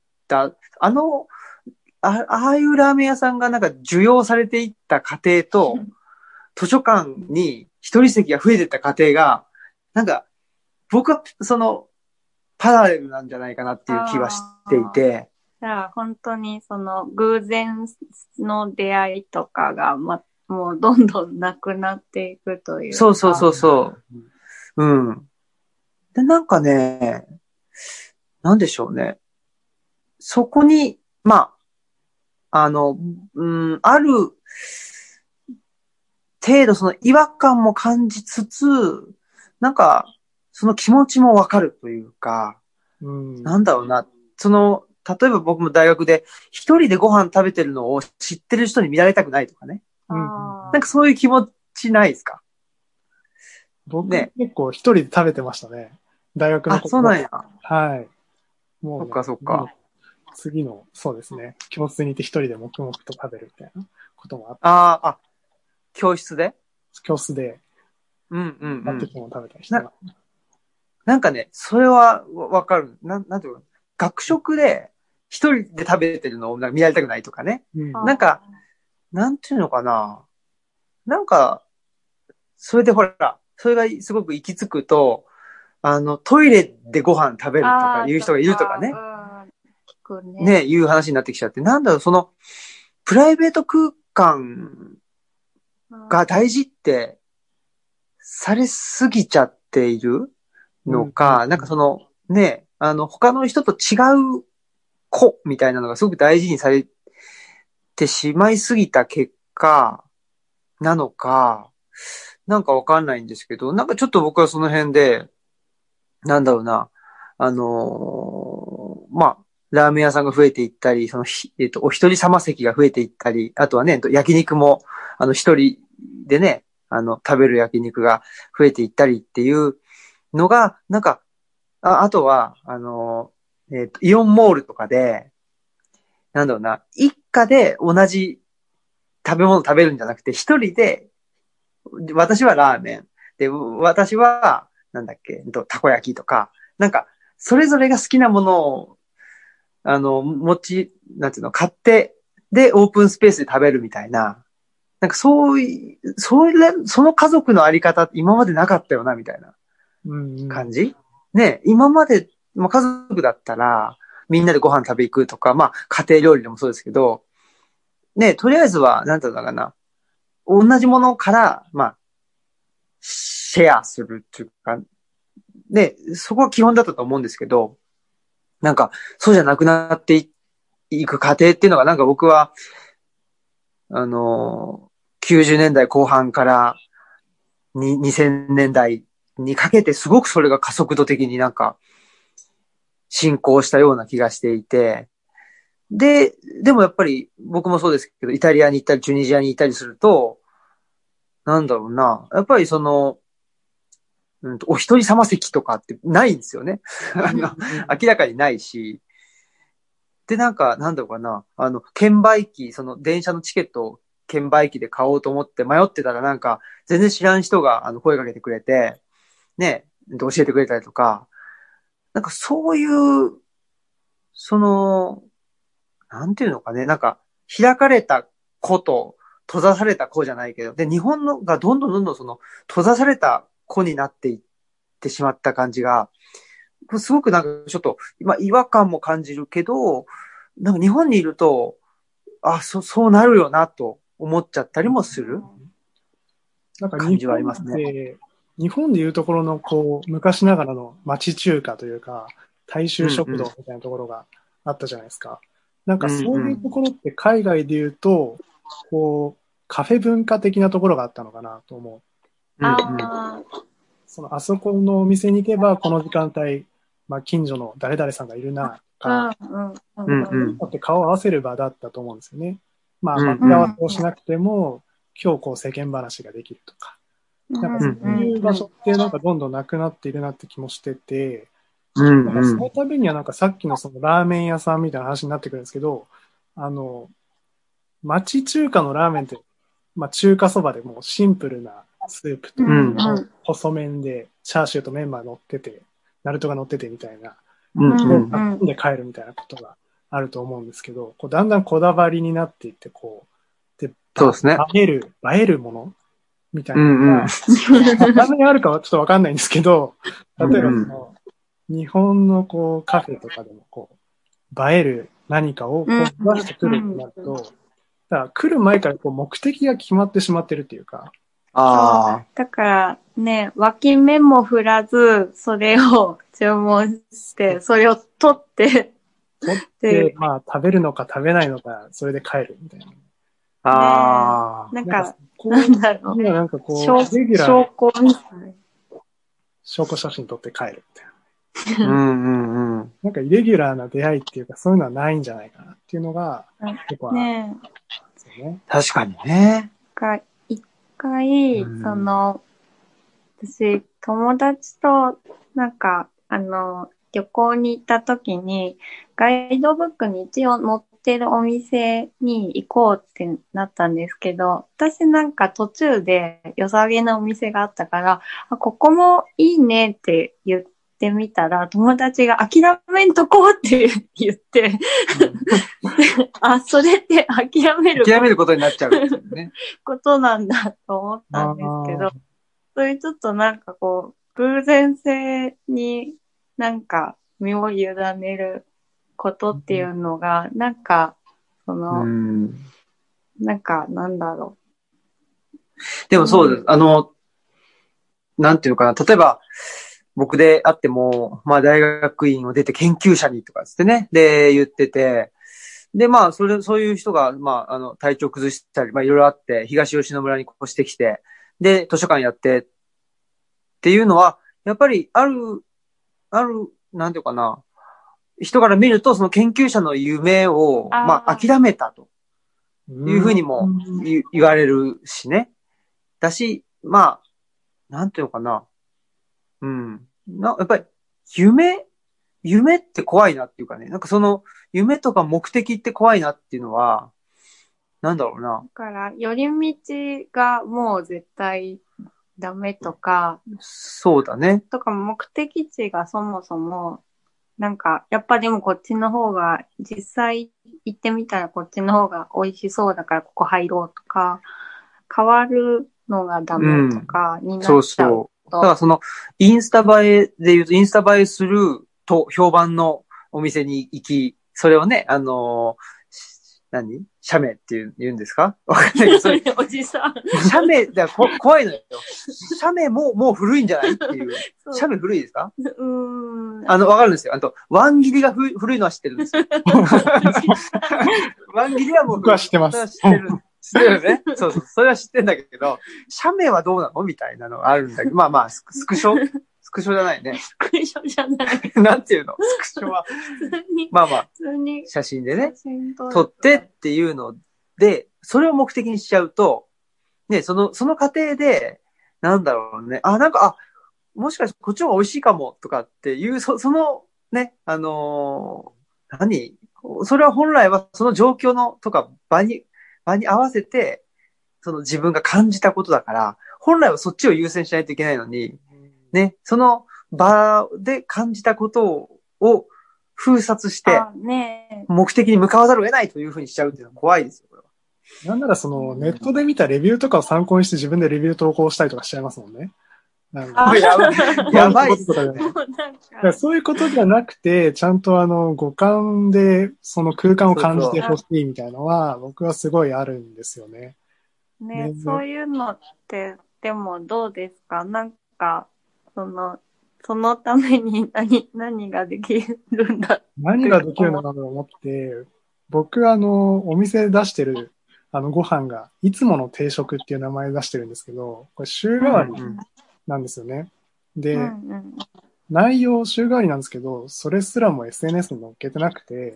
S1: ああいうラーメン屋さんがなんか需要されていった過程と、図書館に一人席が増えていった過程が、なんか、僕はパラレルなんじゃないかなっていう気はしていて。
S2: じゃあ本当に偶然の出会いとかが、もうどんどんなくなっていくというか。
S1: そう。うん。で、なんかね、なんでしょうね。そこに、まあ、ある程度違和感も感じつつ、なんか、その気持ちもわかるというか、なんだろうな、例えば僕も大学で一人でご飯食べてるのを知ってる人に見られたくないとかね。なんかそういう気持ちないですか？
S3: 僕、ね、結構一人で食べてましたね。大学の頃。
S1: そうなんや。
S3: はい。もう、
S1: ね、そっか。
S3: 次の、そうですね。教室にいて一人で黙々と食べるみたいなこともあって。
S1: 教室で？
S3: 教室で。
S1: 待
S3: ってても食べたりしてます。
S1: なんかね、それはわかる。なんていうの？学食で一人で食べてるのを見られたくないとかね。なんか、なんていうのかな。なんか、それでほら、それがすごく行き着くと、トイレでご飯食べるとかいう人がいるとかね。ね、いう話になってきちゃって。なんだろう、プライベート空間が大事ってされすぎちゃっているのか、なんかね、他の人と違う子みたいなのがすごく大事にされてしまいすぎた結果なのか、なんかわかんないんですけど、なんかちょっと僕はその辺で、なんだろうな、まあ、ラーメン屋さんが増えていったり、お一人様席が増えていったり、あとはね、焼肉も、一人でね、食べる焼肉が増えていったりっていうのが、なんか、あとは、イオンモールとかで、なんだろうな、一家で同じ食べ物食べるんじゃなくて、一人で、私はラーメン。で、私は、なんだっけ、たこ焼きとか、なんか、それぞれが好きなものを、なんていうの、買って、で、オープンスペースで食べるみたいな、なんかその家族のあり方今までなかったよな、みたいな感じ、ね、今まで、家族だったら、みんなでご飯食べ行くとか、家庭料理でもそうですけど、ね、とりあえずは、なんていうのかな、同じものから、シェアするっていうか、ね、そこは基本だったと思うんですけど、なんか、そうじゃなくなっていく過程っていうのが、なんか僕は、90年代後半から2000年代にかけてすごくそれが加速度的になんか進行したような気がしていて、でもやっぱり僕もそうですけど、イタリアに行ったりチュニジアに行ったりすると、なんだろうな、やっぱりお一人様席とかってないんですよね。明らかにないし。で、なんだろうかな、券売機、電車のチケットを券売機で買おうと思って迷ってたらなんか、全然知らん人が声かけてくれて、ね、教えてくれたりとか、なんかそういう、 なんていうのかね、なんか、開かれた子と閉ざされた子じゃないけど、で、日本のがどんどん閉ざされた子になっていってしまった感じが、すごくなんかちょっと、違和感も感じるけど、なんか日本にいると、そうなるよなと思っちゃったりもする感じはありますね。
S3: 日本でいうところの、こう、昔ながらの町中華というか、大衆食堂みたいなところがあったじゃないですか。なんかそういうところって海外で言うと、こう、カフェ文化的なところがあったのかなと思う。あそこのお店に行けば、この時間帯、近所の誰々さんがいるな、とか、って顔を合わせる場だったと思うんですよね。待ち合わせをしなくても、今日こう世間話ができるとか。なんかそういう場所ってなんかどんどんなくなっているなって気もしてて、なんかそのためにはなんかさっきのそのラーメン屋さんみたいな話になってくるんですけど、町中華のラーメンって、中華そばでもうシンプルなスープと、細麺でチャーシューとメンマ乗ってて、ナルトが乗っててみたいな、で帰るみたいなことがあると思うんですけど、こうだんだんこだわりになっていって、こう、で、
S1: そうですね。
S3: 映えるものみたいなのが、何にあるかはちょっとわかんないんですけど、例えば日本のこうカフェとかでもこう、映える何かをこう出してくるってなると、だから来る前からこう目的が決まってしまってるっていうか。
S2: だからね、脇目も振らず、それを注文して、それを取って、
S3: 食べるのか食べないのか、それで帰るみたいな。
S2: なんか、なんだろう。
S3: なんかこう、
S2: 証拠みたい。
S3: 証拠写真撮って帰るみたいな。なんかイレギュラーな出会いっていうか、そういうのはないんじゃないかなっていうのが、結構
S1: ね。確かにね。
S2: 一回、私、友達と、なんか、旅行に行った時に、ガイドブックに一応載ってるお店に行こうってなったんですけど、私なんか途中で良さげなお店があったから、ここもいいねって言ってみたら、友達が諦めんとこうって言って、それって諦め
S1: ることになっちゃう、ね。
S2: ことなんだと思ったんですけど、そういうちょっとなんかこう、偶然性になんか身を委ねることっていうのが、なんか、なんかなんだろ
S1: う。でもそうです。なんていうのかな。例えば、僕であっても、大学院を出て研究者にとかつってね、で、言ってて、で、そういう人が、体調崩したり、いろいろあって、東吉野村に越してきて、で、図書館やって、っていうのは、やっぱり、なんていうかな、人から見ると、その研究者の夢を、諦めたというふうにも言われるしね。だし、なんていうのかな。やっぱり、夢って怖いなっていうかね。なんかその、夢とか目的って怖いなっていうのは、なんだろうな。
S2: だから、寄り道がもう絶対ダメとか。
S1: そうだね。
S2: とか、目的地がそもそも、なんか、やっぱでもこっちの方が、実際行ってみたらこっちの方が美味しそうだからここ入ろうとか、変わるのがダメとかになっちゃう。
S1: そう。だからその、インスタ映えで言うと、インスタ映えすると評判のお店に行き、それをね、写メって言うんですかわかんないけど、
S2: おじさん。
S1: 写メ、怖いのよ。写メもう古いんじゃないっていう。写メ古いですかわかるんですよ。ワン切りが古いのは知ってるんですよ。ワン切りはもう
S3: 僕は知ってます。
S1: 知ってるよね。そう。それは知ってんだけど、写メはどうなのみたいなのがあるんだけど、スクショじゃないね。
S2: スクショじゃない。
S1: なんていうのスクショは。普通に写真でね、撮ってっていうので、それを目的にしちゃうと、ね、その過程で、なんだろうね、もしかしてこっちの方が美味しいかもとかっていう、そのね、それは本来はその状況のとか場に合わせて、その自分が感じたことだから、本来はそっちを優先しないといけないのに、ね、その場で感じたことを封殺して、目的に向かわざるを得ないというふうにしちゃうっていうのは怖いですよ、これは。
S3: なんならネットで見たレビューとかを参考にして自分でレビュー投稿したりとかしちゃいますもんね。
S1: やばいっす。
S3: そういうことじゃなくて、ちゃんと五感でその空間を感じてほしいみたいなのは、僕はすごいあるんですよね。
S2: ね、そういうのって、でもどうですか？なんか、そのために何ができるんだ
S3: 何ができるのかと思って、僕お店で出してるご飯が、いつもの定食っていう名前出してるんですけど、これ週替わりなんですよね。で、内容週替わりなんですけど、それすらも SNS に載っけてなくて、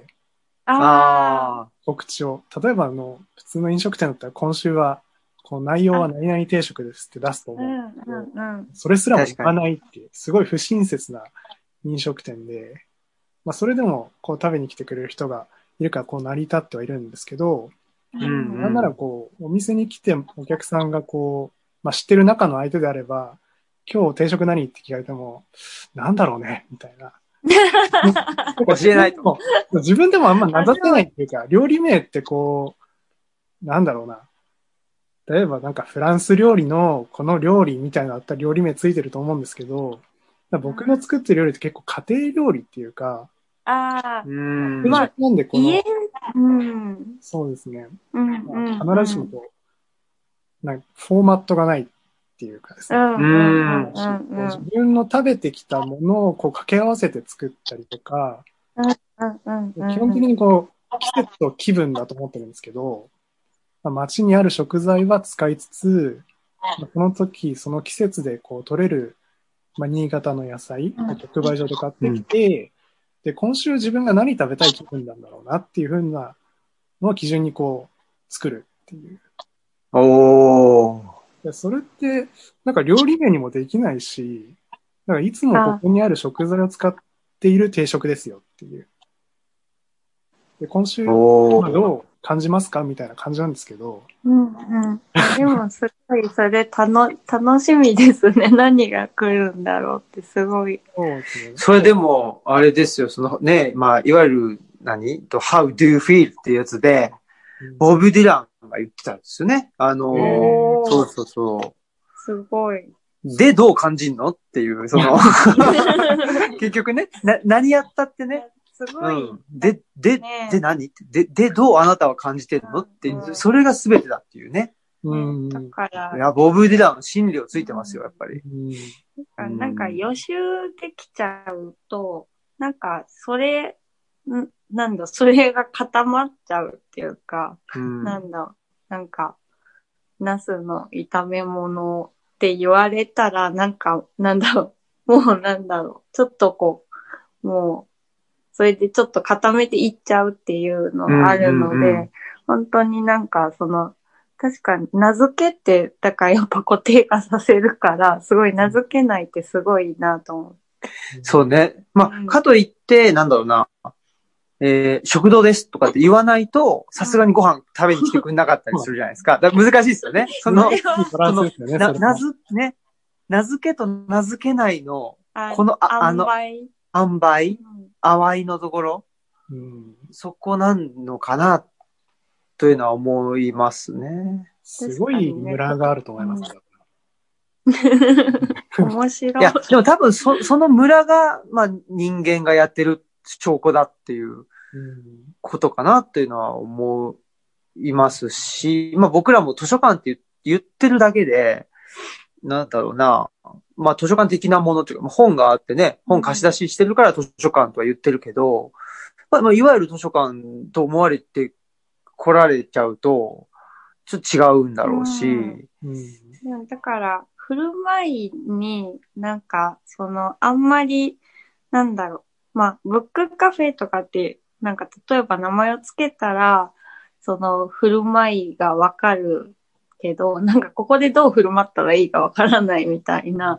S3: 告知を。例えば普通の飲食店だったら今週は、この内容は何々定食ですって出すと思うんですけど、それすらも言わないっていう、すごい不親切な飲食店で、まあそれでもこう食べに来てくれる人がいるからこう成り立ってはいるんですけど、なんならこう、お店に来てお客さんがこう、まあ知ってる中の相手であれば、今日定食何って聞かれても、なんだろうね、みたいな。
S1: 教えないと。
S3: 自分でもあんま名指せないっていうか、料理名ってこう、なんだろうな。例えばなんかフランス料理のこの料理みたいなのあったら料理名ついてると思うんですけど、僕の作ってる料理って結構家庭料理っていうか、
S2: まあ、
S3: なんでこの、そうですね。必ずしもこう、なんかフォーマットがないっていうかですね。自分の食べてきたものをこう掛け合わせて作ったりとか、基本的にこう、季節と気分だと思ってるんですけど、街にある食材は使いつつ、その時、その季節でこう取れる、新潟の野菜、直売所で買ってきて、で、今週自分が何食べたい気分なんだろうなっていう風なのを基準にこう、作るっていう。それって、なんか料理名にもできないし、なんかいつもここにある食材を使っている定食ですよっていう。で、今週、どう感じますかみたいな感じなんですけど。
S2: でもすごいそれ楽しみですね。何が来るんだろうってすごい。
S3: そうですね。
S1: それでも、あれですよ、まあ、いわゆるHow do you feel っていうやつで、ボブ・ディランが言ってたんですよね。そう。
S2: すごい。
S1: で、どう感じんのっていう、結局ね、何やったってね。
S2: すごい。
S1: で、何で、どうあなたは感じてるのっていう、それが全てだっていうね。
S2: だから。
S1: いや、ボブ・ディランの心理をついてますよ、やっぱり。
S2: なんか予習できちゃうと、なんか、それが固まっちゃうっていうか、なんか、ナスの炒め物って言われたら、ちょっとこう、もう、それでちょっと固めていっちゃうっていうのがあるので、本当になんか確かに名付けって、だからやっぱ固定化させるから、すごい名付けないってすごいなと思って。
S1: そうね。まあ、かといって、食堂ですとかって言わないと、さすがにご飯食べに来てくれなかったりするじゃないですか。だから難しいですよね。名付けと名付けないの、この、塩梅、淡いのところ、そこなんのかな、というのは思いますね。
S3: すごいムラがあると思います。
S2: 面白い。
S1: いや、でも多分そのムラが、まあ人間がやってる証拠だっていうことかなっていうのは思いますし、まあ僕らも図書館って言ってるだけで、なんだろうな、まあ図書館的なものというか、本があってね、本貸し出ししてるから図書館とは言ってるけど、まあいわゆる図書館と思われて来られちゃうと、ちょっと違うんだろうし。
S2: だから、振る舞いになんか、あんまり、まあ、ブックカフェとかって、なんか例えば名前をつけたら、振る舞いがわかるけど、なんかここでどう振る舞ったらいいかわからないみたいな、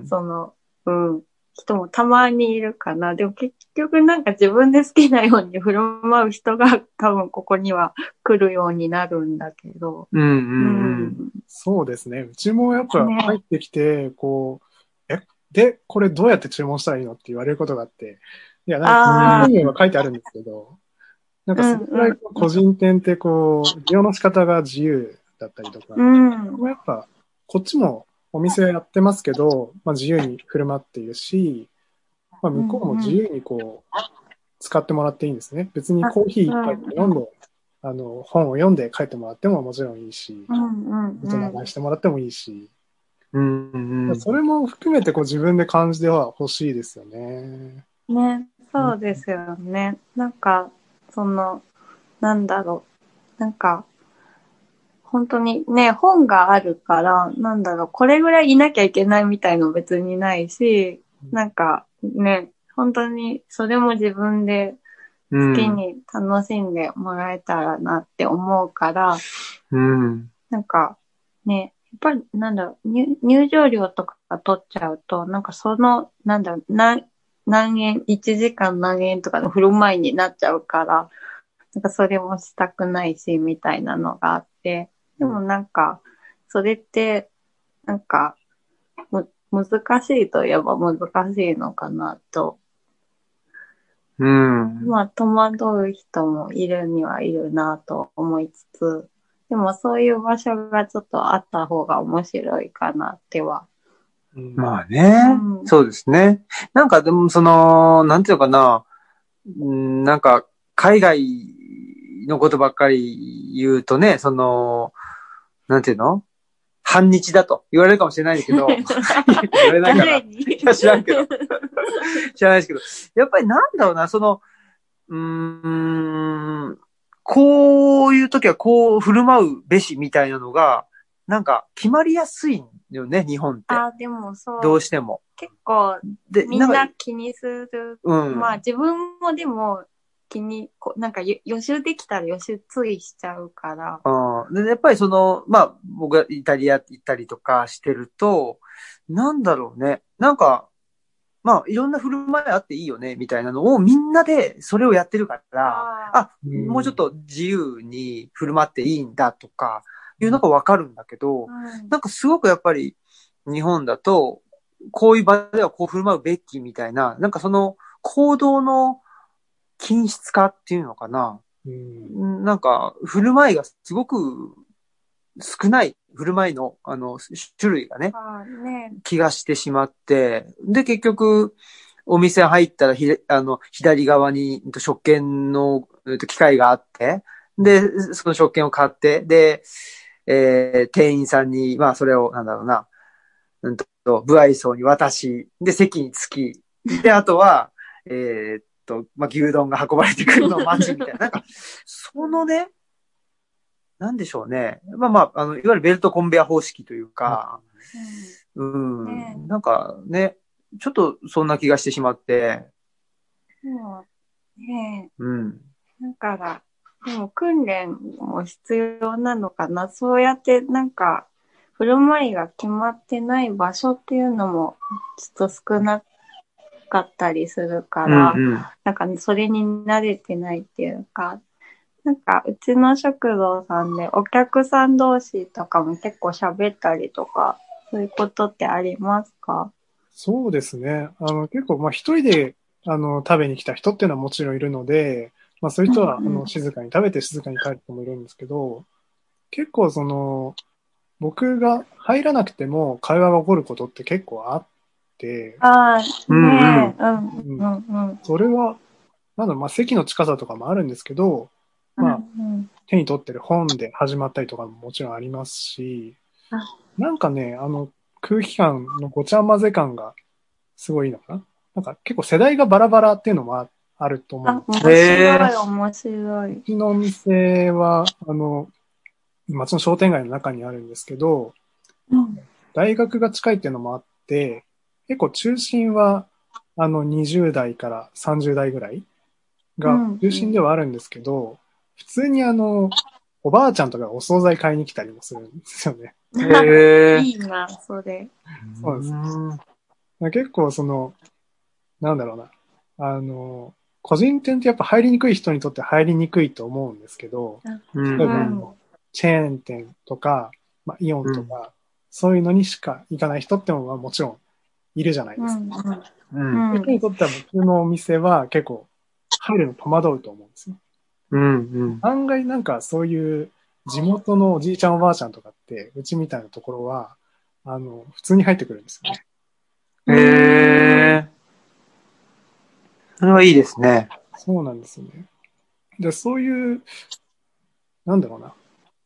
S2: 人もたまにいるかな。でも結局なんか自分で好きなように振る舞う人が多分ここには来るようになるんだけど。
S3: そうですね。うちもやっぱ入ってきて、こう、で、これどうやって注文したらいいのって言われることがあって、 いや、なんか、本名は書いてあるんですけど、なんかそれぐらい個人店ってこう、利用の仕方が自由だったりとか、やっぱ、こっちもお店はやってますけど、まあ自由に振る舞っているし、まあ向こうも自由にこう、使ってもらっていいんですね。別にコーヒー一杯飲んで、本を読んで帰ってもらってももちろんいいし、大人買いしてもらってもいいし、それも含めてこう自分で感じては欲しいですよね。
S2: ね、そうですよね。なんか、なんだろう。なんか、本当にね、本があるから、なんだろう、これぐらいいなきゃいけないみたいの別にないし、なんかね、本当にそれも自分で好きに楽しんでもらえたらなって思うから、なんかね、やっぱりなんだろう、入場料とか取っちゃうと、なんかなんだろう、何円、1時間何円とかの振る舞いになっちゃうから、なんかそれもしたくないし、みたいなのがあって、でもなんか、それって、なんか、難しいといえば難しいのかなと。まあ、戸惑う人もいるにはいるなと思いつつ、でもそういう場所がちょっとあった方が面白いかなっては。
S1: まあね、そうですね。なんかでもなんていうのかな、なんか海外のことばっかり言うとね、なんていうの反日だと言われるかもしれないけど、言われないから。いや、知らんけど。知らないですけど、やっぱりなんだろうな、こういう時はこう振る舞うべしみたいなのが、なんか決まりやすいよね、日本って。
S2: でもそう。
S1: どうしても。
S2: 結構、みんな気にする。まあ自分もでもなんか予習できたら予習ついしちゃうから。
S1: でやっぱりまあ僕がイタリア行ったりとかしてると、なんだろうね。なんか、まあいろんな振る舞いあっていいよね、みたいなのをみんなでそれをやってるから、もうちょっと自由に振る舞っていいんだとか、いうのがわかるんだけど、なんかすごくやっぱり日本だと、こういう場ではこう振る舞うべきみたいな、なんか行動の均質化っていうのかな。なんか、振る舞いがすごく少ない振る舞いの、種類がね、気がしてしまって、で、結局、お店入ったら左側に食券の機械があって、で、その食券を買って、で、店員さんに、まあ、それを、なんだろうな、不愛想に渡し、で、席に着き、で、あとは、まあ、牛丼が運ばれてくるのを待ちみたいな。なんか、ね、なんでしょうね。まあ、いわゆるベルトコンベア方式というか、なんかね、ちょっとそんな気がしてしまって。
S2: だから、でも訓練も必要なのかな。そうやってなんか、振る舞いが決まってない場所っていうのもちょっと少なかったりするから、なんか、ね、それに慣れてないっていうか、なんか、うちの食堂さんでお客さん同士とかも結構喋ったりとか、そういうことってありますか？
S3: そうですね。結構、まあ一人で、食べに来た人っていうのはもちろんいるので、まあそういう人は、静かに食べて静かに帰る人もいるんですけど、結構僕が入らなくても会話が起こることって結構あって、それは、まあ席の近さとかもあるんですけど、まあ、手に取ってる本で始まったりとかももちろんありますし、なんかね、空気感のごちゃ混ぜ感がすごいのかな。なんか結構世代がバラバラっていうのもあると思うんです。
S2: 面白い。
S3: うちのお店は、町の商店街の中にあるんですけど、大学が近いっていうのもあって、結構中心は、20代から30代ぐらいが中心ではあるんですけど、普通におばあちゃんとかお惣菜買いに来たりもするんですよね。
S2: いいな、それ。
S3: そうです。結構なんだろうな。個人店ってやっぱ入りにくい人にとって入りにくいと思うんですけど、例えばチェーン店とか、まあ、イオンとか、そういうのにしか行かない人ってももちろんいるじゃないですか。
S1: うん。
S3: そういう人にとっては僕のお店は結構入るの戸惑うと思うんですよ。案外なんかそういう地元のおじいちゃんおばあちゃんとかって、うちみたいなところは、普通に入ってくるんですよね。
S1: へー。それはいいですね。
S3: そうなんですよね。で、そういう、なんだろうな。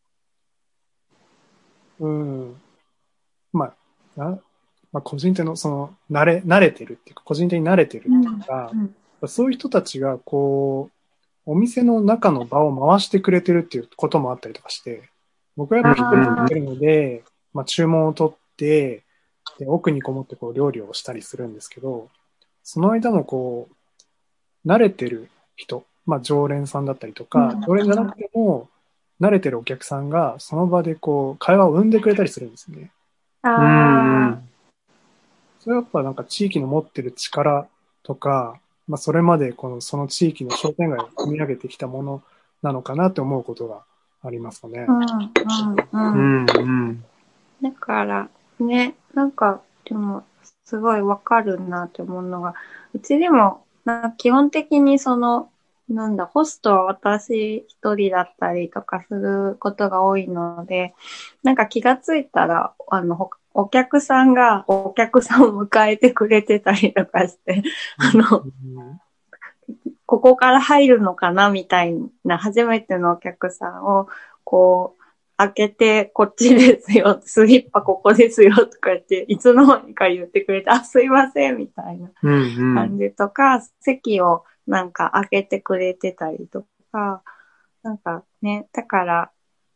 S3: まあ、個人的の慣れてるっていうか、個人的に慣れてるっていうか、そういう人たちが、こう、お店の中の場を回してくれてるっていうこともあったりとかして、僕はやっぱ一人で行ってるので、注文を取って、で、奥にこもってこう料理をしたりするんですけど、その間もこう、慣れてる人、常連さんだったりとか、常連じゃなくても、慣れてるお客さんがその場でこう、会話を生んでくれたりするんですね。それはやっぱなんか地域の持ってる力とか、それまでその地域の商店街を組み上げてきたものなのかなって思うことがありますかね。
S2: だからね、なんかでもすごいわかるなって思うのが、うちでも基本的にホストは私一人だったりとかすることが多いので、なんか気がついたら、お客さんがお客さんを迎えてくれてたりとかして、ここから入るのかなみたいな初めてのお客さんを、こう、開けて、こっちですよ、スリッパここですよ、とか言って、いつの間にか言ってくれて、あ、すいません、みたいな感じとか、席をなんか開けてくれてたりとか、なんかね、だから、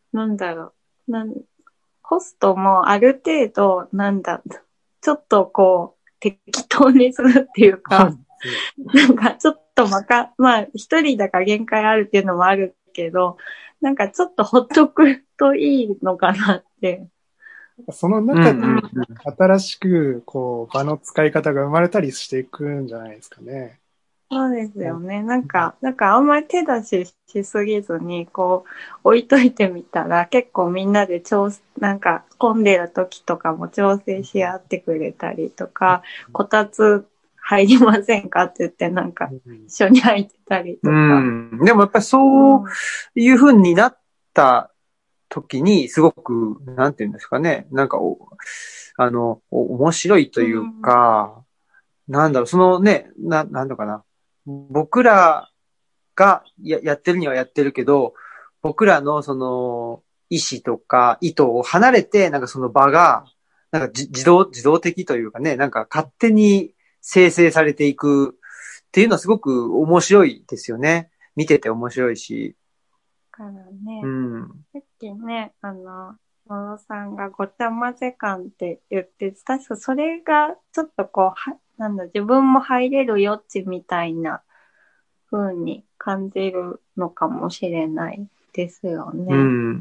S2: ホストもある程度、ちょっとこう、適当にするっていうか、なんかちょっと一人だから限界あるっていうのもあるけど、なんかちょっとほっとくといいのかなって。
S3: その中で新しくこう場の使い方が生まれたりしていくんじゃないですかね。
S2: そうですよね。なんかあんまり手出しすぎずに、こう、置いといてみたら、結構みんなでなんか混んでる時とかも調整し合ってくれたりとか、こたつ入りませんかって言ってなんか一緒に入ってたりとか。
S1: でもやっぱりそういう風になった時にすごく、なんていうんですかね、なんか面白いというか、なんだろう、そのね、なんだかな。僕らがやってるにはやってるけど、僕らのその意思とか意図を離れて、なんかその場が、なんか自動的というかね、なんか勝手に生成されていくっていうのはすごく面白いですよね。見てて面白いし。
S2: からね、さっきね、野呂さんがごちゃ混ぜ感って言って、確かそれがちょっとこう、自分も入れる余地みたいな風に感じるのかもしれないですよね。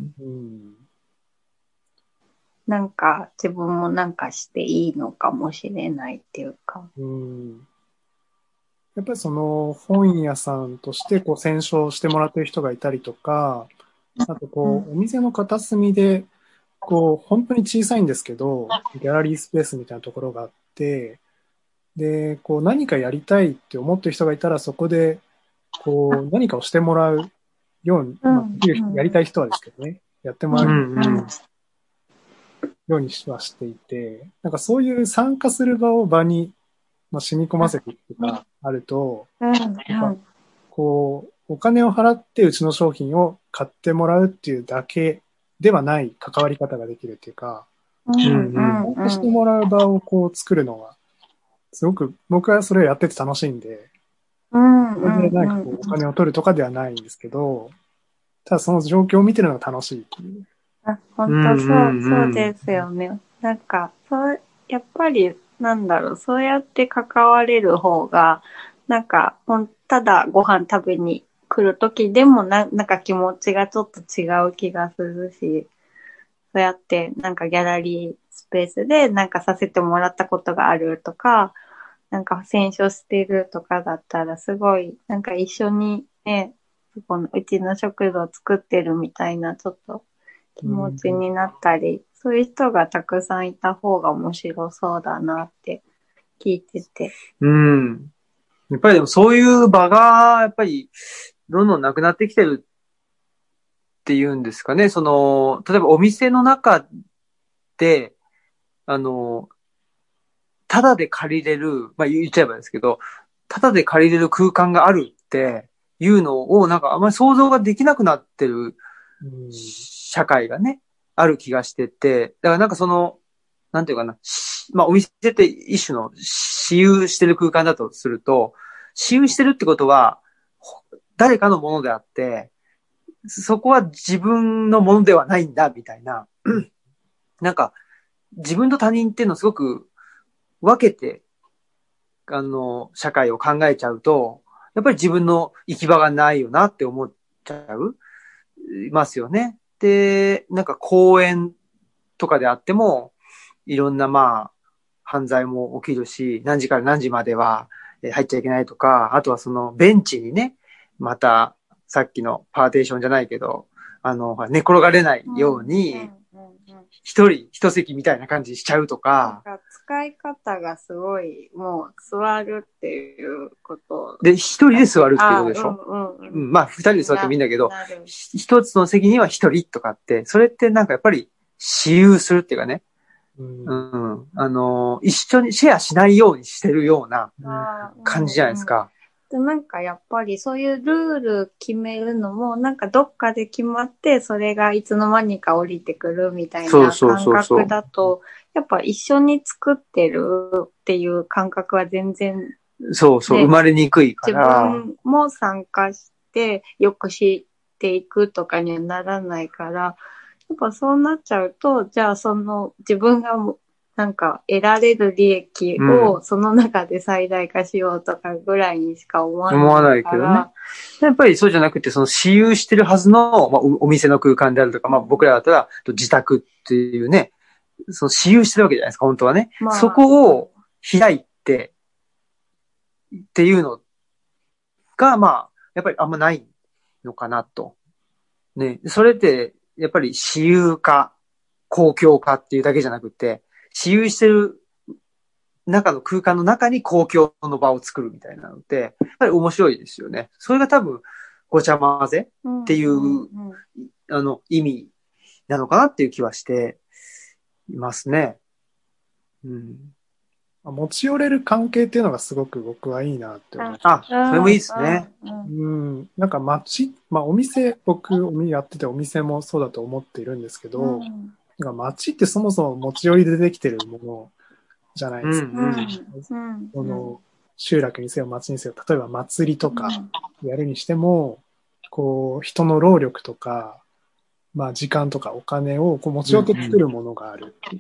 S2: なんか自分もなんかしていいのかもしれないっていうか。
S3: やっぱりその本屋さんとしてこう選書してもらってる人がいたりとか、あとこうお店の片隅でこう本当に小さいんですけど、ギャラリースペースみたいなところがあって、で、こう何かやりたいって思ってる人がいたらそこでこう何かをしてもらうように、やりたい人はですけどね、やってもらうようにはしていて、なんかそういう参加する場に染み込ませていくとかあると、こう、お金を払ってうちの商品を買ってもらうっていうだけではない関わり方ができるっていうか、参加してもらう場をこう作るのは、すごく僕はそれをやってて楽しいんで、それでなんかこうお金を取るとかではないんですけど、ただその状況を見てるのが楽しいっていう。
S2: 本当そうですよね。なんか、やっぱり、そうやって関われる方が、なんか、ただご飯食べに来る時でもなんか気持ちがちょっと違う気がするし、そうやってなんかギャラリースペースでなんかさせてもらったことがあるとか、なんか選書してるとかだったらすごい、なんか一緒にね、うちの食堂作ってるみたいなちょっと気持ちになったり、そういう人がたくさんいた方が面白そうだなって聞いてて。
S1: うん。やっぱりでもそういう場が、やっぱり、どんどんなくなってきてるっていうんですかね。例えばお店の中で、ただで借りれる、まあ言っちゃえばですけど、ただで借りれる空間があるっていうのをなんかあんまり想像ができなくなってる社会がね、ある気がしてて、だからなんかなんていうかな、まあお店って一種の私有してる空間だとすると、私有してるってことは、誰かのものであって、そこは自分のものではないんだ、みたいな。なんか、自分と他人っていうのをすごく分けて、社会を考えちゃうと、やっぱり自分の行き場がないよなって思っちゃいますよね。で、なんか公園とかであっても、いろんなまあ、犯罪も起きるし、何時から何時までは入っちゃいけないとか、あとはベンチにね、また、さっきのパーテーションじゃないけど、寝転がれないように、一人一席みたいな感じしちゃうとか。
S2: なんか使い方がすごい、もう座るっていうこと。
S1: で、一人で座るっていうことでしょ。まあ、二人で座ってもいいんだけど、一つの席には一人とかって、それってなんかやっぱり私有するっていうかね。一緒にシェアしないようにしてるような感じじゃないですか。
S2: でなんかやっぱりそういうルール決めるのもなんかどっかで決まってそれがいつの間にか降りてくるみたいな感覚だとやっぱ一緒に作ってるっていう感覚は全然、ね、
S1: 生まれにくいから。
S2: 自分も参加してよく知っていくとかにはならないからやっぱそうなっちゃうとじゃあ自分がなんか得られる利益をその中で最大化しようとかぐらいにしか思わないから。思わない
S1: けどね。やっぱりそうじゃなくて、私有してるはずの、まあ、お店の空間であるとか、まあ僕らだったら自宅っていうね、私有してるわけじゃないですか、本当はね。まあ、そこを開いて、っていうのが、まあ、やっぱりあんまないのかなと。ね。それって、やっぱり私有化、公共化っていうだけじゃなくて、私有してる中の空間の中に公共の場を作るみたいなのって、やっぱり面白いですよね。それが多分、ごちゃ混ぜっていう、意味なのかなっていう気はしていますね。
S3: 持ち寄れる関係っていうのがすごく僕はいいなって思って。
S1: それもいいですね。
S3: なんかお店、僕やっててお店もそうだと思っているんですけど、なんか街ってそもそも持ち寄りでできてるものじゃないですか。集落にせよ町にせよ、例えば祭りとかやるにしても、こう、人の労力とか、まあ時間とかお金をこう持ち寄って作るものがあるっていう。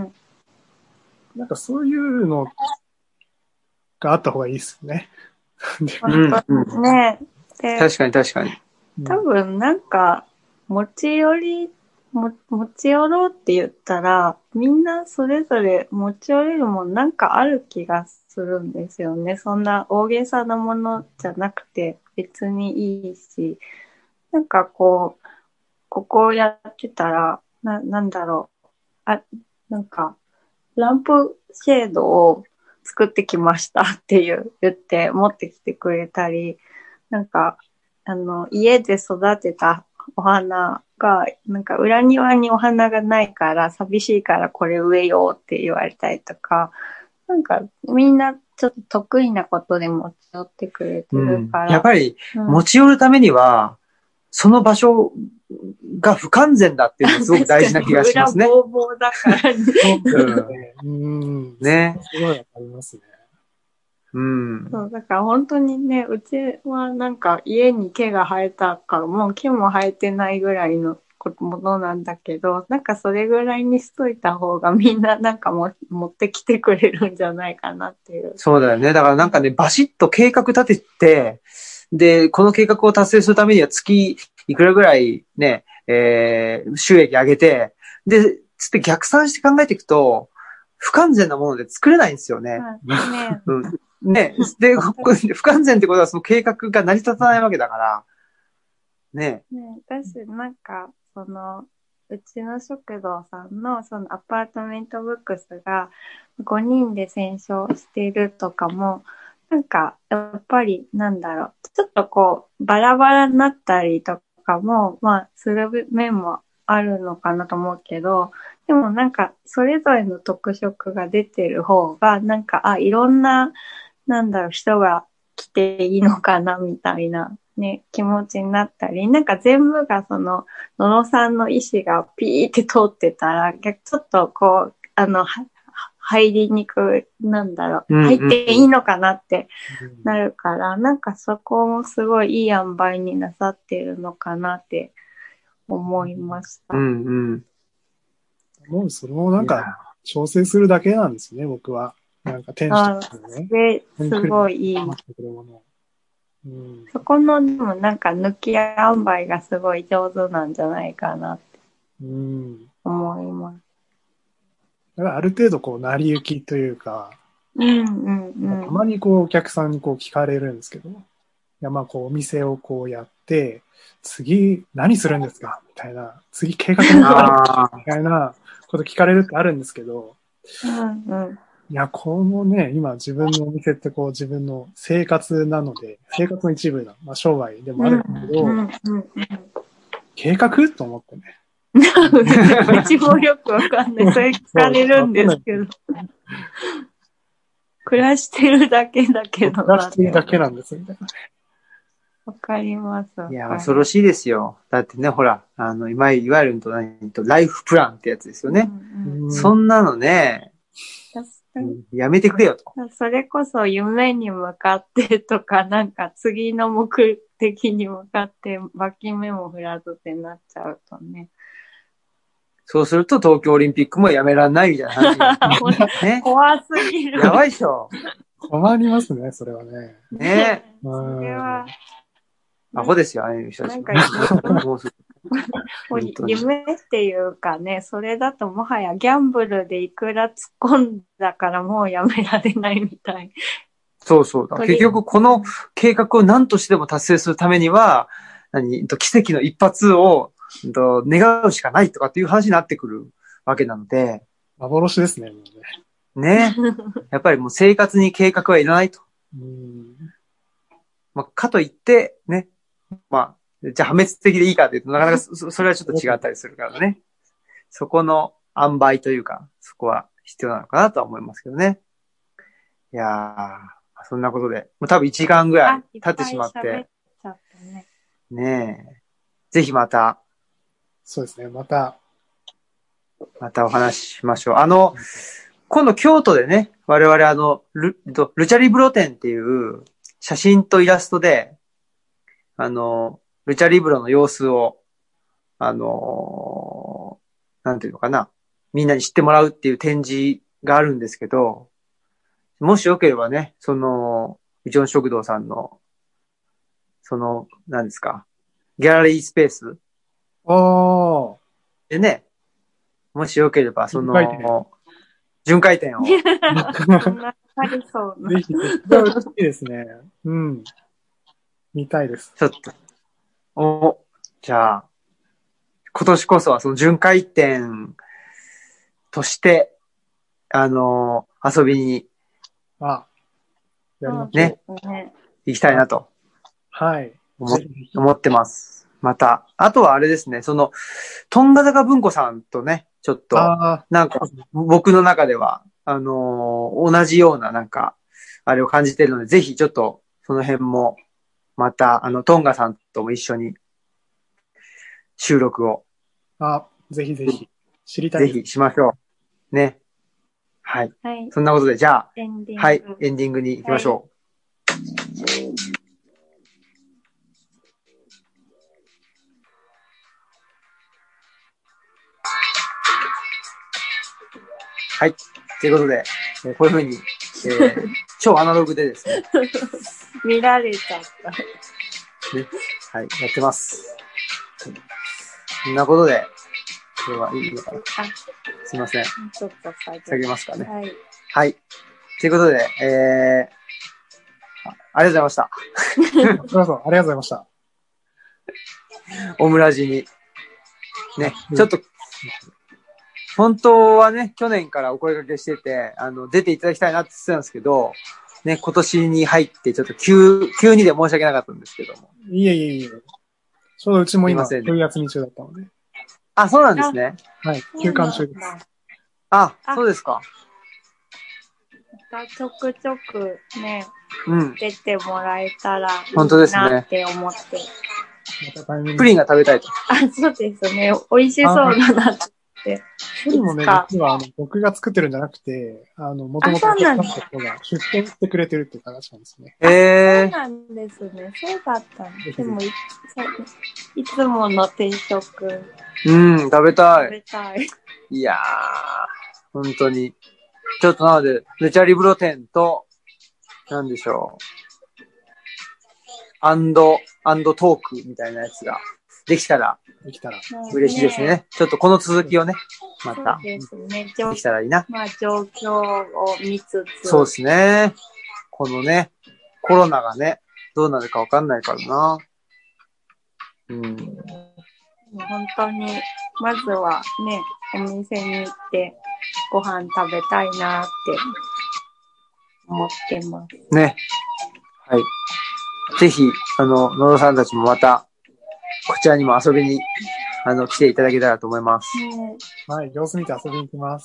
S3: なんかそういうのがあった方がいいですよね。
S2: ね
S1: 確かに確かに。
S2: 多分なんか、持ち寄ろうって言ったら、みんなそれぞれ持ち寄れるもんなんかある気がするんですよね。そんな大げさなものじゃなくて別にいいし、なんかここをやってたら、なんだろう。なんか、ランプシェードを作ってきましたって言って持ってきてくれたり、なんか、家で育てたお花が、なんか裏庭にお花がないから寂しいからこれ植えようって言われたりとか、なんかみんなちょっと得意なことで持ち寄ってくれてるから。
S1: やっぱり持ち寄るためには、その場所が不完全だっていうのがすごく大事な気がしますね。
S2: 裏ボーボーだからね。
S1: ね。
S3: すごいわかりますね。
S2: そう、だから本当にね、うちはなんか家に毛が生えたから、もう毛も生えてないぐらいのものなんだけど、なんかそれぐらいにしといた方がみんななんか持ってきてくれるんじゃないかなっていう。
S1: そうだよね。だからなんかね、バシッと計画立てて、で、この計画を達成するためには月いくらぐらいね、収益上げて、で、つって逆算して考えていくと、不完全なもので作れないんですよね。ね。で、不完全ってことはその計画が成り立たないわけだから。ね。
S2: 私なんか、 うちの食堂さんのそのアパートメントブックスが5人で選書してるとかも、なんか、やっぱり、なんだろう、ちょっとこう、バラバラになったりとかも、まあ、する面もあるのかなと思うけど、でもなんか、それぞれの特色が出てる方が、なんか、いろんな、なんだろう、人が来ていいのかな、みたいな、ね、気持ちになったり、なんか全部がその、野呂さんの意思がピーって通ってたら、ちょっとこう、入りにくい、なんだろう、入っていいのかなってなるから、なんかそこもすごいいい塩梅になさってるのかなって思いました。
S3: もうそれもなんか調整するだけなんですね、僕は。なんか天使とかね。
S2: すごいいい。そこの、でもなんか抜き塩梅がすごい上手なんじゃないかなって思います。
S3: だからある程度こう、成り行きというか、たまにこう、お客さんにこう聞かれるんですけど、いやまあこう、お店をこうやって、次何するんですかみたいな、次計画にあるみたいなこと聞かれるってあるんですけど、いや、このね、今自分のお店ってこう自分の生活なので、生活の一部な、まあ商売でもあるんですけど、計画と思ってね。
S2: うちもよくわかんない。それ聞かれるんですけど。暮らしてるだけだけど。
S3: 暮らしてるだけなんですみたいな。
S2: わかります。
S1: いや、恐ろしいですよ。だってね、ほら、いわゆるライフプランってやつですよね。そんなのね、やめてくれよと。
S2: それこそ夢に向かってとか、なんか次の目的に向かって脇目も振らずってなっちゃうとね。
S1: そうすると東京オリンピックもやめらんないみたいな話。ね、
S2: 怖すぎる。
S1: やばいでしょ。
S3: 困りますね、それはね。
S1: ね。
S2: それは。
S1: アホですよ、ああいう人たち。
S2: 夢っていうかね、それだともはやギャンブルでいくら突っ込んだからもうやめられないみたい。
S1: そうそうだ。結局この計画を何としても達成するためには、奇跡の一発を願うしかないとかっていう話になってくるわけなので。
S3: 幻ですね、も
S1: うね。やっぱりもう生活に計画はいらないと。まあ、かといって、ね。まあ、じゃあ破滅的でいいかっていうと、なかなかそれはちょっと違ったりするからね。そこの塩梅というか、そこは必要なのかなとは思いますけどね。いやー、そんなことで、もう多分1時間ぐらい経ってしまって。ねえ。ぜひまた。
S3: そうですね、また
S1: お話ししましょう。今度京都でね、我々ルチャリブロ展っていう写真とイラストで、ルチャリブロの様子を、なんていうのかな、みんなに知ってもらうっていう展示があるんですけど、もしよければね、うちの食堂さんの、何ですか、ギャラリースペースでね、もしよければ、巡回展を。ぜ
S3: ひ、いいですね。うん。見たいです。
S1: ちょっと。じゃあ、今年こそはその巡回展として、遊びに、ね、行きたいなと。
S3: はい。
S1: 思ってます。また、あとはあれですね、トンガ坂文庫さんとね、ちょっと、なんか、僕の中では、同じような、なんか、あれを感じているので、ぜひちょっと、その辺も、また、トンガさんとも一緒に、収録を。
S3: ぜひぜひ、知りたい
S1: です。ぜひしましょう。ね。はい。
S2: はい。
S1: そんなことで、じゃあ、はい、エンディングに行きましょう。はい。ということで、こういうふうに、超アナログでですね。
S2: 見られちゃった。
S1: ね。はい。やってます。そんなことで、これはいいのかな。すいません。
S2: ちょっと
S1: 下げますかね。
S2: はい。
S1: はい。ということで、ありがとうございました。
S3: ありがとうございました。
S1: オムラジに。ね、ちょっと本当はね、去年からお声掛けしてて、出ていただきたいなって言ってたんですけど、ね、今年に入ってちょっと急にで申し訳なかったんですけども。
S3: いえいえいえ。ちょうどうちも今、冬休み中だったので。
S1: あ、そうなんですね。
S3: はい、休館中です。
S1: あ、そうですか。
S2: またちょくちょくね、
S1: うん、
S2: 出てもらえたらいい
S1: 本当ですね
S2: なって思って。
S1: プリンが食べたいと。
S2: あ、そうですね。美味しそうだなって。
S3: プリンもね、実は僕が作ってるんじゃなくて、もともとお客さんの人が出店してくれてるっていう形なんですね。
S2: そうなんですね。そうだったんです。でもいつもの定食。
S1: 食べたい。
S2: 食べたい。
S1: いやー、本当に。ちょっとなので、ルチャリブロ店と、なんでしょう。アンドトークみたいなやつができたら嬉しいですね。ちょっとこの続きをね、また。
S2: そうですね。
S1: できたらいいな。
S2: まあ状況を見つつ。
S1: そうですね。このね、コロナがね、どうなるかわかんないからな。
S2: 本当に、まずはね、お店に行ってご飯食べたいなって思ってます。
S1: ね。はい。ぜひ、野呂さんたちもまた、こちらにも遊びに、来ていただけたらと思います。
S3: はい、様子見て遊びに行きます。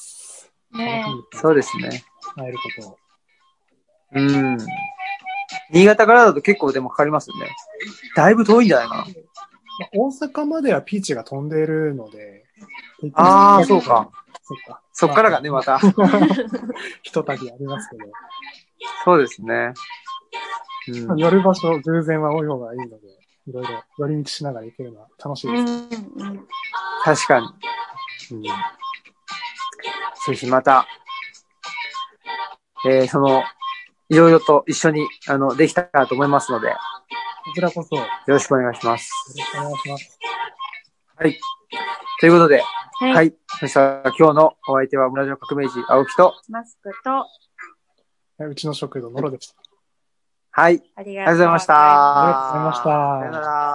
S2: ね、
S1: そうですね。
S3: 会えることを。
S1: 新潟からだと結構でもかかりますよね。だいぶ遠いんじゃないかな。
S3: 大阪まではピーチが飛んでいるので。
S1: ああ、そうか。
S3: そっか。
S1: そっからがね、また。
S3: ひとたびありますけど。
S1: そうですね。
S3: 寄る場所、偶然は多い方がいいので、いろいろ寄り道しながら行けるのは楽しいです。
S1: 確かに。ぜひまた、いろいろと一緒に、できたらと思いますので。こ
S3: ちらこそ。
S1: よろしくお願いします。
S3: よろしくお願いします。
S1: はい。ということで、はい。そしたら今日のお相手は村上革命児青木と、
S2: マスクと、
S3: うちの食堂のろでした。
S1: はい。ありがとうございました。
S3: ありがとうございました。
S1: さよなら。